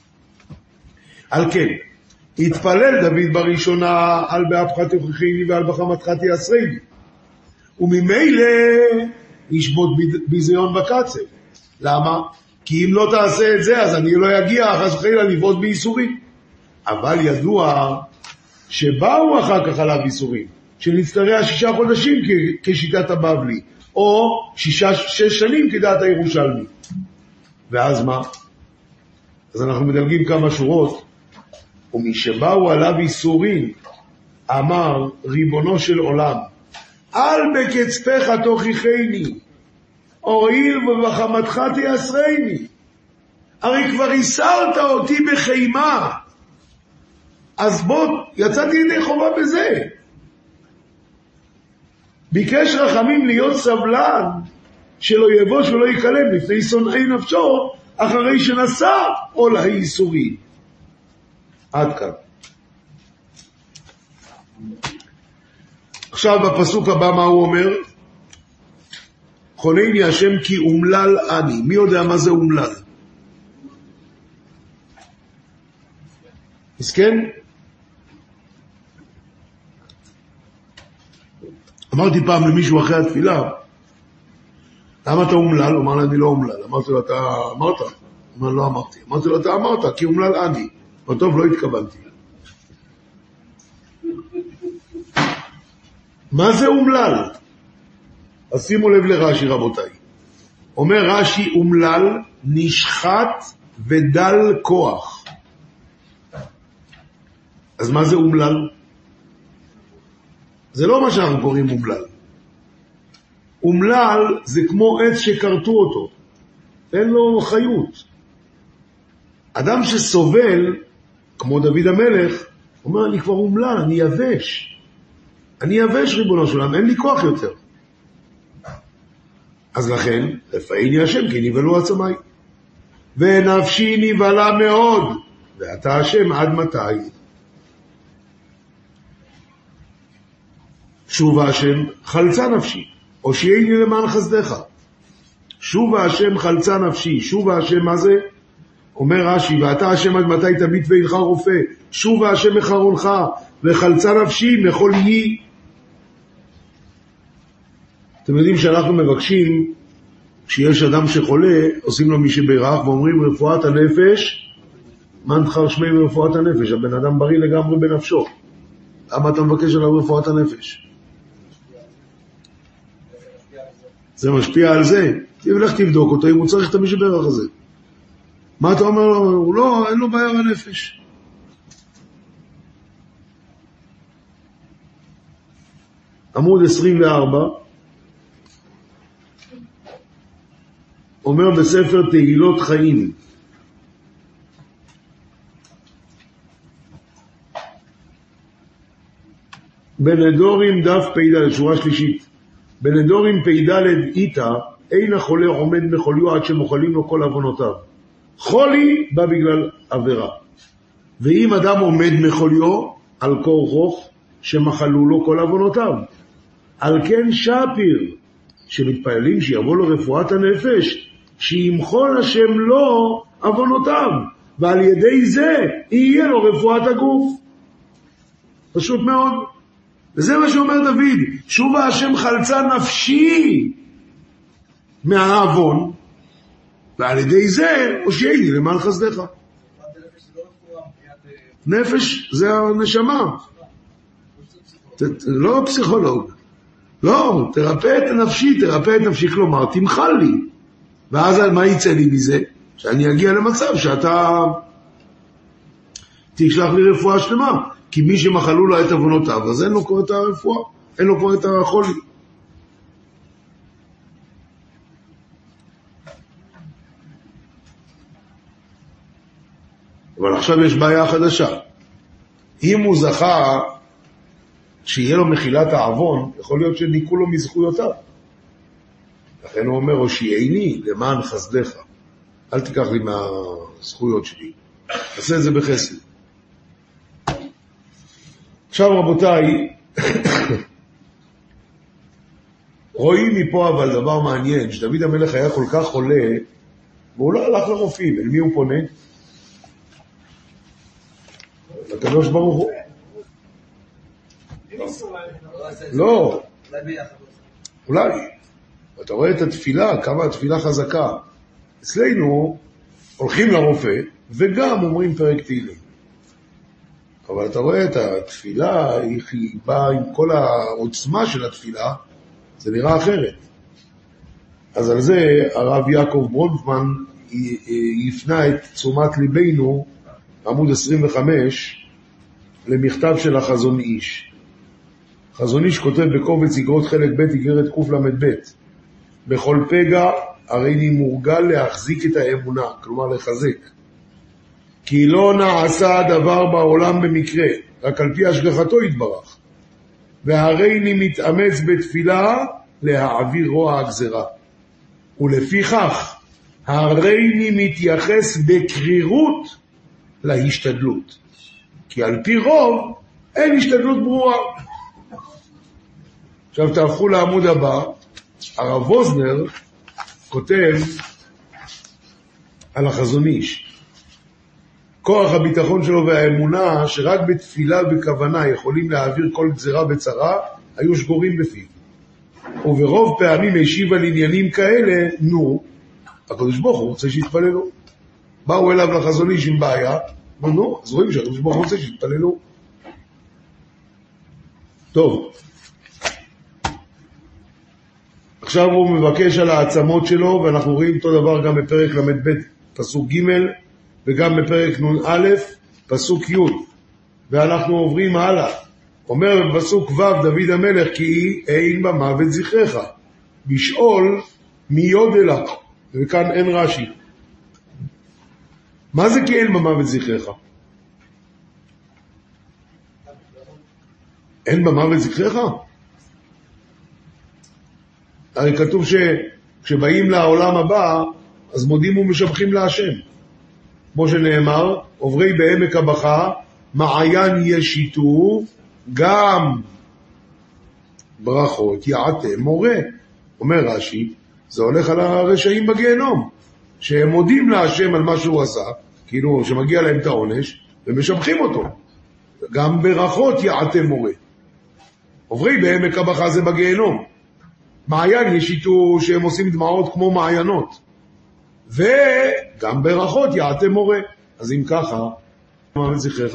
B: על כן, התפלל דוד בראשונה על באפך תוכיחני ועל בחמתך תייסרני, וממילא ישבות ביזיון בקצף. למה? כי אם לא תעשה את זה אז אני לא אגיע חס וחלילה לבעוט בייסורים. אבל ידוע שבאו אחר כך עליו ייסורים, שנצטרע שישה חודשים כשיטת הבבלי, או שישה, שש שנים כדעת הירושלמי. ואז מה? אז אנחנו מדלגים כמה שורות, ומשבאו עליו ייסורים, אמר ריבונו של עולם, על בקצפך תוכיחני, הואיל ובחמתך תייסרני. הרי כבר הסרת אותי בחיימה, אז בוא, יצאתי ידי חובה בזה. ביקש רחמים להיות סבלן, שלא יבוש ולא יקלם לפני שונאי נפשו, אחרי שנשא עול הייסורים. עד כאן. עכשיו בפסוק הבא מה הוא אומר? חונני השם כי אומלל אני. מי יודע מה זה אומלל? מסכן? אמרתי פעם למישהו אחרי התפילה, למה אתה אומלל? הוא אמר לי, אני לא אומלל. אמרתי לו, אתה אמרת? הוא אמר, לא אמרתי. אמרתי לו, אתה אמרת, כי אומלל אני. וטוב, לא התכוונתי. מה זה אומלל? אז שימו לב לרש"י, רבותיי. אומר רש"י, אומלל נשחט ודל כוח. אז מה זה אומלל? זה לא מה שאנחנו קוראים אומלל. אומלל זה כמו עץ שקרטו אותו. אין לו חיות. אדם שסובל, כמו דוד המלך, אומר, אני כבר אומלל, אני יבש. אני יבש ריבונו של עולם, אין לי כוח יותר. אז לכן, רפאני השם כי נבהלו עצמי. ונפשי נבהלה מאוד, ואתה השם עד מתי? שובה השם חלצה נפשי, הושיעני למען חסדך. שובה השם חלצה נפשי, שובה השם מה זה? אומר רש"י, ואתה השם עד מתי תביט ואינך רופא, שובה השם מחרונך, וחלצה נפשי מכל יהי. אתם יודעים שאנחנו מבקשים, כשיש אדם שחולה, עושים לו מי שברך, ואומרים רפואת הנפש, מן תחר שמי מרפואת הנפש, הבן אדם בריא לגמרי בנפשו. למה אתה מבקש עליו רפואת הנפש? זה משפיע על זה. תלך תבדוק אותו, אם הוא צריך את מי שברך הזה. מה אתה אומר לו? הוא לא, אין לו בעיה בנפש. עמוד עשרים וארבע, אומר בספר תהילות חיים, בנדורים דף פ"ד, שורה שלישית, בנדורים פ"ד איתה, אין החולה עומד מחוליו עד שמוכלים לו כל עוונותיו. חולי בא בגלל עבירה. ואם אדם עומד מחוליו, על כורחוך שמחלו לו כל עוונותיו. על כן שפיר, שמתפעלים שיבוא לו רפואת הנפש, שימחול השם לו עוונותיו, ועל ידי זה יהיה לו רפואת הגוף. פשוט מאוד. וזה מה שאומר דוד, שובה השם חלצה נפשי מהעוון, ועל ידי זה הושיעני למען חסדך. נפש זה הנשמה, לא פסיכולוג. לא, תרפא את נפשי, תרפא את נפשי, כלומר, תמחל לי. ואז מה יצא לי מזה? שאני אגיע למצב שאתה תשלח לי רפואה שלמה. כי מי שמחלו לו את עוונותיו, אז אין לו כבר את הרפואה, אין לו כבר את החולי. אבל עכשיו יש בעיה חדשה. אם הוא זכה שיהיה לו מחילת העוון, יכול להיות שניקו לו מזכויותיו. לכן הוא אומר, הושיעני למען חסדך. אל תיקח לי מהזכויות שלי. עשה את זה בחסד. עכשיו רבותיי, רואים מפה אבל דבר מעניין, שדוד המלך היה כל כך חולה, והוא לא הלך לרופאים. אל מי הוא פונה? לקדוש ברוך הוא. לא, אולי. אתה רואה את התפילה, כמה התפילה חזקה. אצלנו הולכים לרופא, וגם אומרים פרק תהילים. אבל אתה רואה את התפילה, היא באה עם כל העוצמה של התפילה, זה נראה אחרת. אז על זה הרב יעקב ברונפמן יפנה את תשומת ליבנו, עמוד עשרים וחמש, למכתב של החזון איש. חזון איש כותב בקובץ אגרות חלק ב' איגרת קוף למד ב', בכל פגע הרי אני מורגל להחזיק את האמונה, כלומר לחזק. כי לא נעשה דבר בעולם במקרה, רק על פי השגחתו יתברך. והרי אני מתאמץ בתפילה להעביר רוע הגזרה. ולפיכך, הרי אני מתייחס בקרירות להשתדלות. כי על פי רוב אין השתדלות ברורה. עכשיו תהפכו לעמוד הבא, הרב ווזנר כותב על החזון איש. כוח הביטחון שלו והאמונה שרק בתפילה בכוונה יכולים להעביר כל גזרה בצרה, היו שגורים בפיו. וברוב פעמים השיב על עניינים כאלה, נו, הקדוש ברוך הוא רוצה שיתפללו. באו אליו לחזון איש עם בעיה, אבל נו, אז רואים שהקדוש ברוך הוא רוצה שיתפללו. טוב. עכשיו הוא מבקש על העצמות שלו, ואנחנו רואים אותו דבר גם בפרק למד ב' פסוק ג' וגם בפרק נון א' פסוק י', ואנחנו עוברים הלאה. אומר בפסוק ו' דוד המלך, כי אין במוות זכרך, בשאול מי יודלה, וכאן אין רש"י. מה זה כי אין במוות זכרך? אין במוות זכרך? הרי כתוב שכשבאים לעולם הבא, אז מודים ומשבחים להשם. כמו שנאמר, עוברי בעמק הבכה, מעיין ישיתו, גם ברכות יעתם מורה. אומר רש"י, זה הולך על הרשעים בגיהנום, שהם מודים להשם על מה שהוא עשה, כאילו שמגיע להם את העונש, ומשבחים אותו. גם ברכות יעתם מורה. עוברי בעמק הבכה זה בגיהנום. מעיין ישיתו שהם עושים דמעות כמו מעיינות. וגם ברכות יעתם מורה. אז אם ככה, מה מזכרך?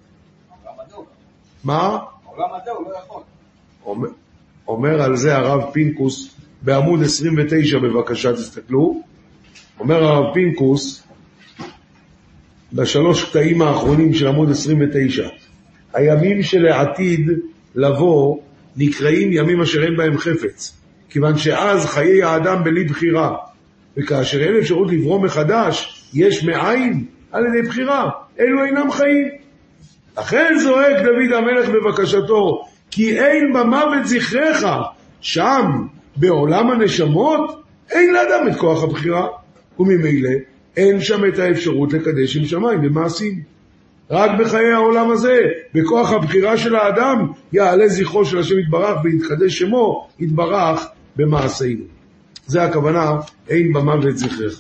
B: מה?
E: העולם הזה הוא לא יכול.
B: אומר, אומר על זה הרב פינקוס, בעמוד עשרים ותשע בבקשה תסתכלו, אומר הרב פינקוס, בשלוש קטעים האחרונים של עמוד עשרים ותשע, הימים שלעתיד לבוא נקראים ימים אשר אין בהם חפץ, כיוון שאז חיי האדם בלי בחירה, וכאשר אין אפשרות לברוא מחדש, יש מאין על ידי בחירה, אלו אינם חיים. לכן זועק דוד המלך בבקשתו, כי אין במוות זכרך, שם בעולם הנשמות אין לאדם את כוח הבחירה, וממילא אין שם את האפשרות לקדש עם שמיים במעשים. רק בחיי העולם הזה, בכוח הבחירה של האדם, יעלה זכרו של השם יתברך ויתחדש שמו, יתברך במעשינו. זה הכוונה, אין במוות זכרך.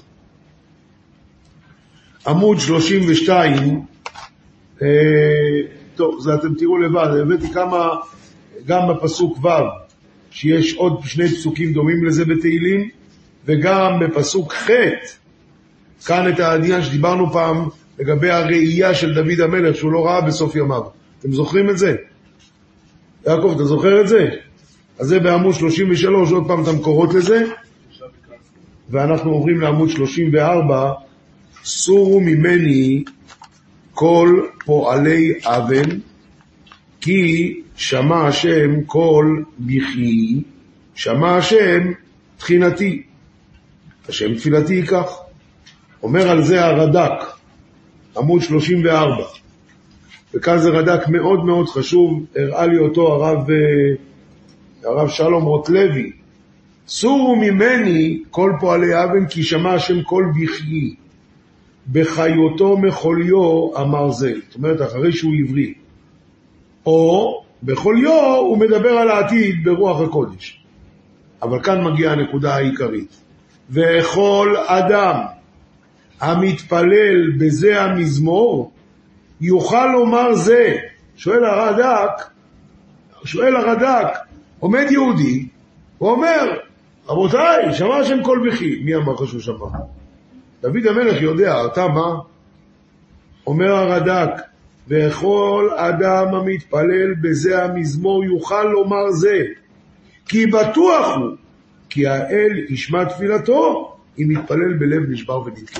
B: עמוד שלושים ושתיים, אה, טוב, זה אתם תראו לבד, הבאתי כמה, גם בפסוק ו', שיש עוד שני פסוקים דומים לזה בתהילים, וגם בפסוק ח', כאן את העניין שדיברנו פעם, לגבי הראייה של דוד המלך, שהוא לא ראה בסוף ימיו. אתם זוכרים את זה? יעקב, אתה זוכר את זה? אז זה בעמוד שלושים ושלוש, עוד פעם את המקורות לזה, ואנחנו עוברים לעמוד שלושים וארבע, סורו ממני כל פועלי אבן, כי שמע השם כל בכי, שמע השם תחינתי, השם תפילתי ייקח. אומר על זה הרד"ק, עמוד שלושים וארבע, וכאן זה רד"ק מאוד מאוד חשוב, הראה לי אותו הרב, הרב שלום רוטלוי. סורו ממני כל פועלי אבן, כי שמע השם כל בכי, בחיותו מחוליו אמר זה. זאת אומרת, אחרי שהוא עברי. או בחוליו הוא מדבר על העתיד ברוח הקודש. אבל כאן מגיעה הנקודה העיקרית. וכל אדם המתפלל בזה המזמור, יוכל לומר זה. שואל הרד"ק, שואל הרד"ק, עומד יהודי, ואומר, רבותיי, שמע השם כל בכי. מי אמר לך שהוא שמע? דוד המלך יודע, אתה מה? אומר הרד"ק, וכל אדם המתפלל בזה המזמור יוכל לומר זה, כי בטוח הוא, כי האל ישמע תפילתו, אם יתפלל בלב נשבר ונתקה.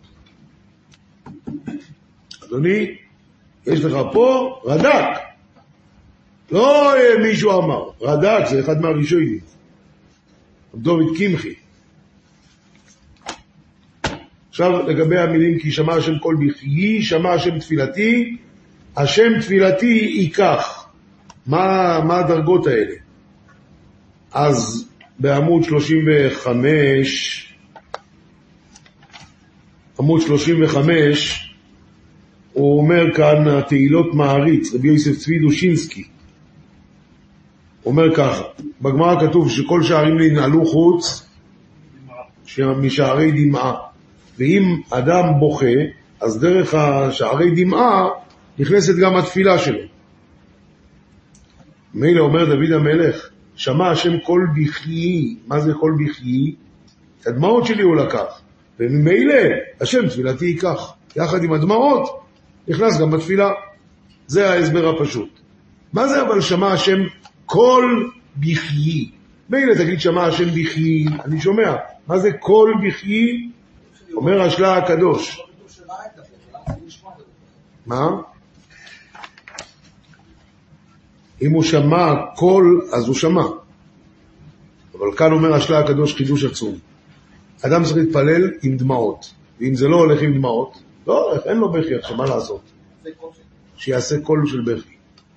B: אדוני, יש לך פה רד"ק, לא מישהו אמר, רד"ק זה אחד מהראשונים, דוד קמחי. עכשיו לגבי המילים, כי שמע השם כל בכי, שמע השם תפילתי, השם תפילתי ייקח. מה, מה הדרגות האלה? אז בעמוד שלושים וחמש, עמוד שלושים וחמש, הוא אומר כאן התהילות מעריץ, רבי יוסף צבי דושינסקי. הוא אומר ככה, בגמרא כתוב שכל שערים ננעלו חוץ משערי דמעה. ואם אדם בוכה, אז דרך השערי דמעה נכנסת גם התפילה שלו. מילא אומר דוד המלך, שמע השם כל בכי. מה זה כל בכי? את הדמעות שלי הוא לקח. וממילא השם תפילתי ייקח. יחד עם הדמעות נכנס גם בתפילה. זה ההסבר הפשוט. מה זה אבל שמע השם כל בכי? מילא תגיד שמע השם בכי, אני שומע. מה זה כל בכי? אומר השלה הקדוש. מה? אם הוא שמע קול, אז הוא שמע. אבל כאן אומר השלה הקדוש חידוש עצום. אדם צריך להתפלל עם דמעות. ואם זה לא הולך עם דמעות, לא הולך, אין לו בכי עכשיו, מה לעשות? שיעשה קול של בכי.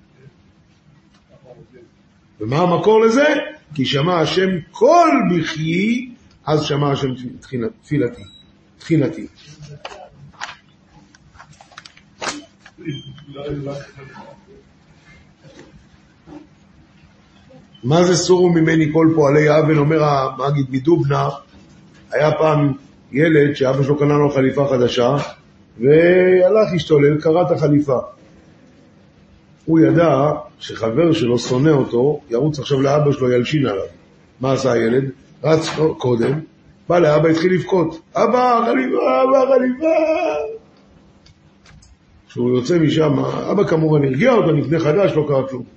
B: ומה המקור לזה? כי שמע השם כל בכי, אז שמע השם תפילתי. תחינתי. מה זה סורו ממני כל פועלי אבן? אומר המגיד מדובנה, היה פעם ילד שאבא שלו קנה לו חליפה חדשה, והלך להשתולל, קרא את החליפה. הוא ידע שחבר שלו שונא אותו, ירוץ עכשיו לאבא שלו, ילשין עליו. מה עשה הילד? רץ קודם, בא לאבא, התחיל לבכות. אבא, חליפה, אבא, חליפה. כשהוא יוצא משם, אבא כמובן הרגיע אותו, נקנה חדש, לא קרה כלום.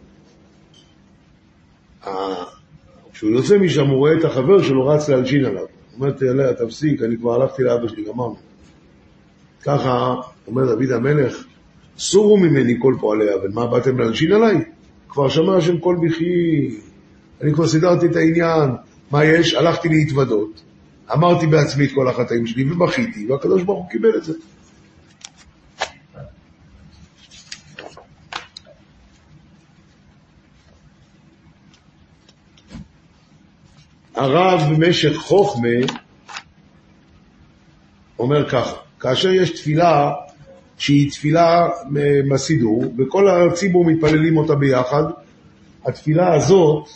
B: כשהוא יוצא משם, הוא רואה את החבר שלו, רץ להלשין עליו. הוא אומר, תפסיק, אני כבר הלכתי לאבא שלי, גמרנו. ככה, אומר דוד המלך, סורו ממני כל פועלי אבן. מה, באתם להלשין עליי? כבר שמע השם כל בכי. אני כבר סידרתי את העניין. מה יש? הלכתי להתוודות. אמרתי בעצמי את כל החטאים שלי ובכיתי, והקדוש ברוך הוא קיבל את זה. הרב במשך חוכמה אומר ככה, כאשר יש תפילה שהיא תפילה מהסידור, וכל הציבור מתפללים אותה ביחד. התפילה הזאת,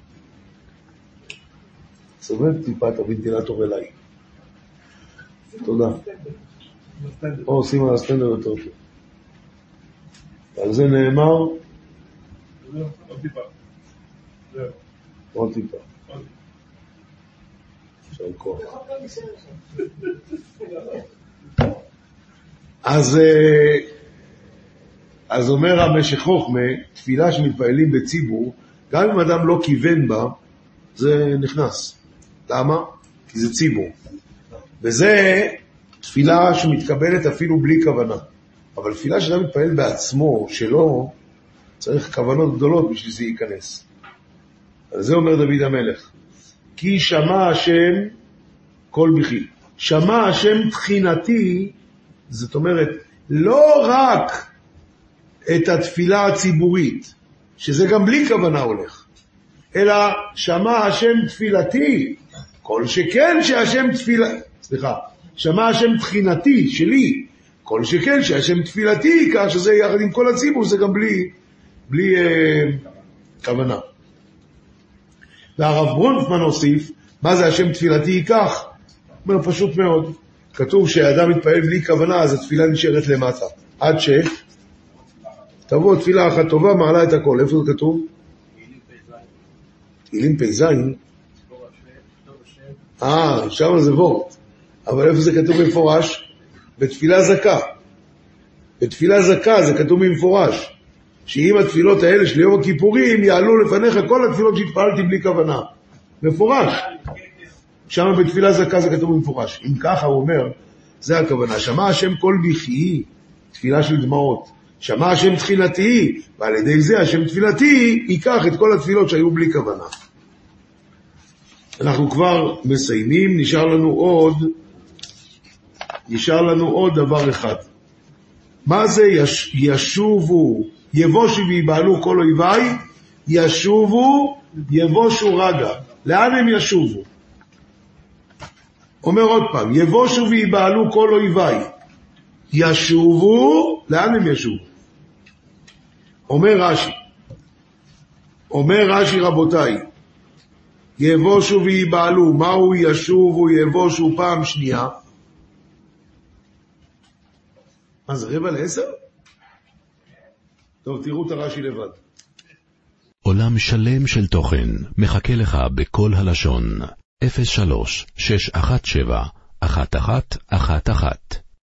B: סובב טיפה את הוונטילטור אליי. תודה. או, שים על הסטנדר יותר טוב. על זה נאמר?
D: עוד טיפה.
B: עוד טיפה. של כוח. אז, אז אומר המשך חוכמה, תפילה שמתפעלים בציבור, גם אם אדם לא כיוון בה, זה נכנס. למה? כי זה ציבור. וזה תפילה שמתקבלת אפילו בלי כוונה. אבל תפילה שאדם מתפעל בעצמו, שלא, צריך כוונות גדולות בשביל זה ייכנס. על זה אומר דוד המלך. כי שמע השם כל בכי. שמע השם תחינתי, זאת אומרת, לא רק את התפילה הציבורית, שזה גם בלי כוונה הולך, אלא שמע השם תפילתי, כל שכן שהשם תפילה, סליחה, שמע השם תחינתי שלי, כל שכן שהשם תפילתי, כך שזה יחד עם כל הציבור, זה גם בלי, בלי אה, כוונה. והרב ברונפמן הוסיף, מה זה השם תפילתי ייקח? אומר פשוט מאוד, כתוב שהאדם מתפעל בלי כוונה, אז התפילה נשארת למטה. עד ש... תבוא תפילה אחת טובה, מעלה את הכל. איפה זה כתוב? תהילים פ"ז. אה, שם זה וורט. אבל איפה זה כתוב במפורש? בתפילה זכה. בתפילה זכה זה כתוב במפורש. שאם התפילות האלה של יום הכיפורים יעלו לפניך כל התפילות שהתפעלתי בלי כוונה. מפורש. שם בתפילה זכה זה כתוב במפורש. אם ככה הוא אומר, זה הכוונה. שמע השם כל בכי, תפילה של דמעות. שמע השם תחינתי, ועל ידי זה השם תפילתי ייקח את כל התפילות שהיו בלי כוונה. אנחנו כבר מסיימים, נשאר לנו עוד, נשאר לנו עוד דבר אחד. מה זה יש, ישובו, יבושו ויבעלו כל אויביי, ישובו, יבושו רגע. לאן הם ישובו? אומר עוד פעם, יבושו ויבעלו כל אויביי, ישובו, לאן הם ישובו? אומר רש"י, אומר רש"י רבותיי, יבושו ויבעלו, מהו ישובו יבושו פעם שנייה? מה זה, רבע לעשר? טוב, תראו את הרש"י לבד.
A: עולם שלם של תוכן מחכה לך בכל הלשון. אפס שלוש שש אחת שבע אחת אחת אחת אחת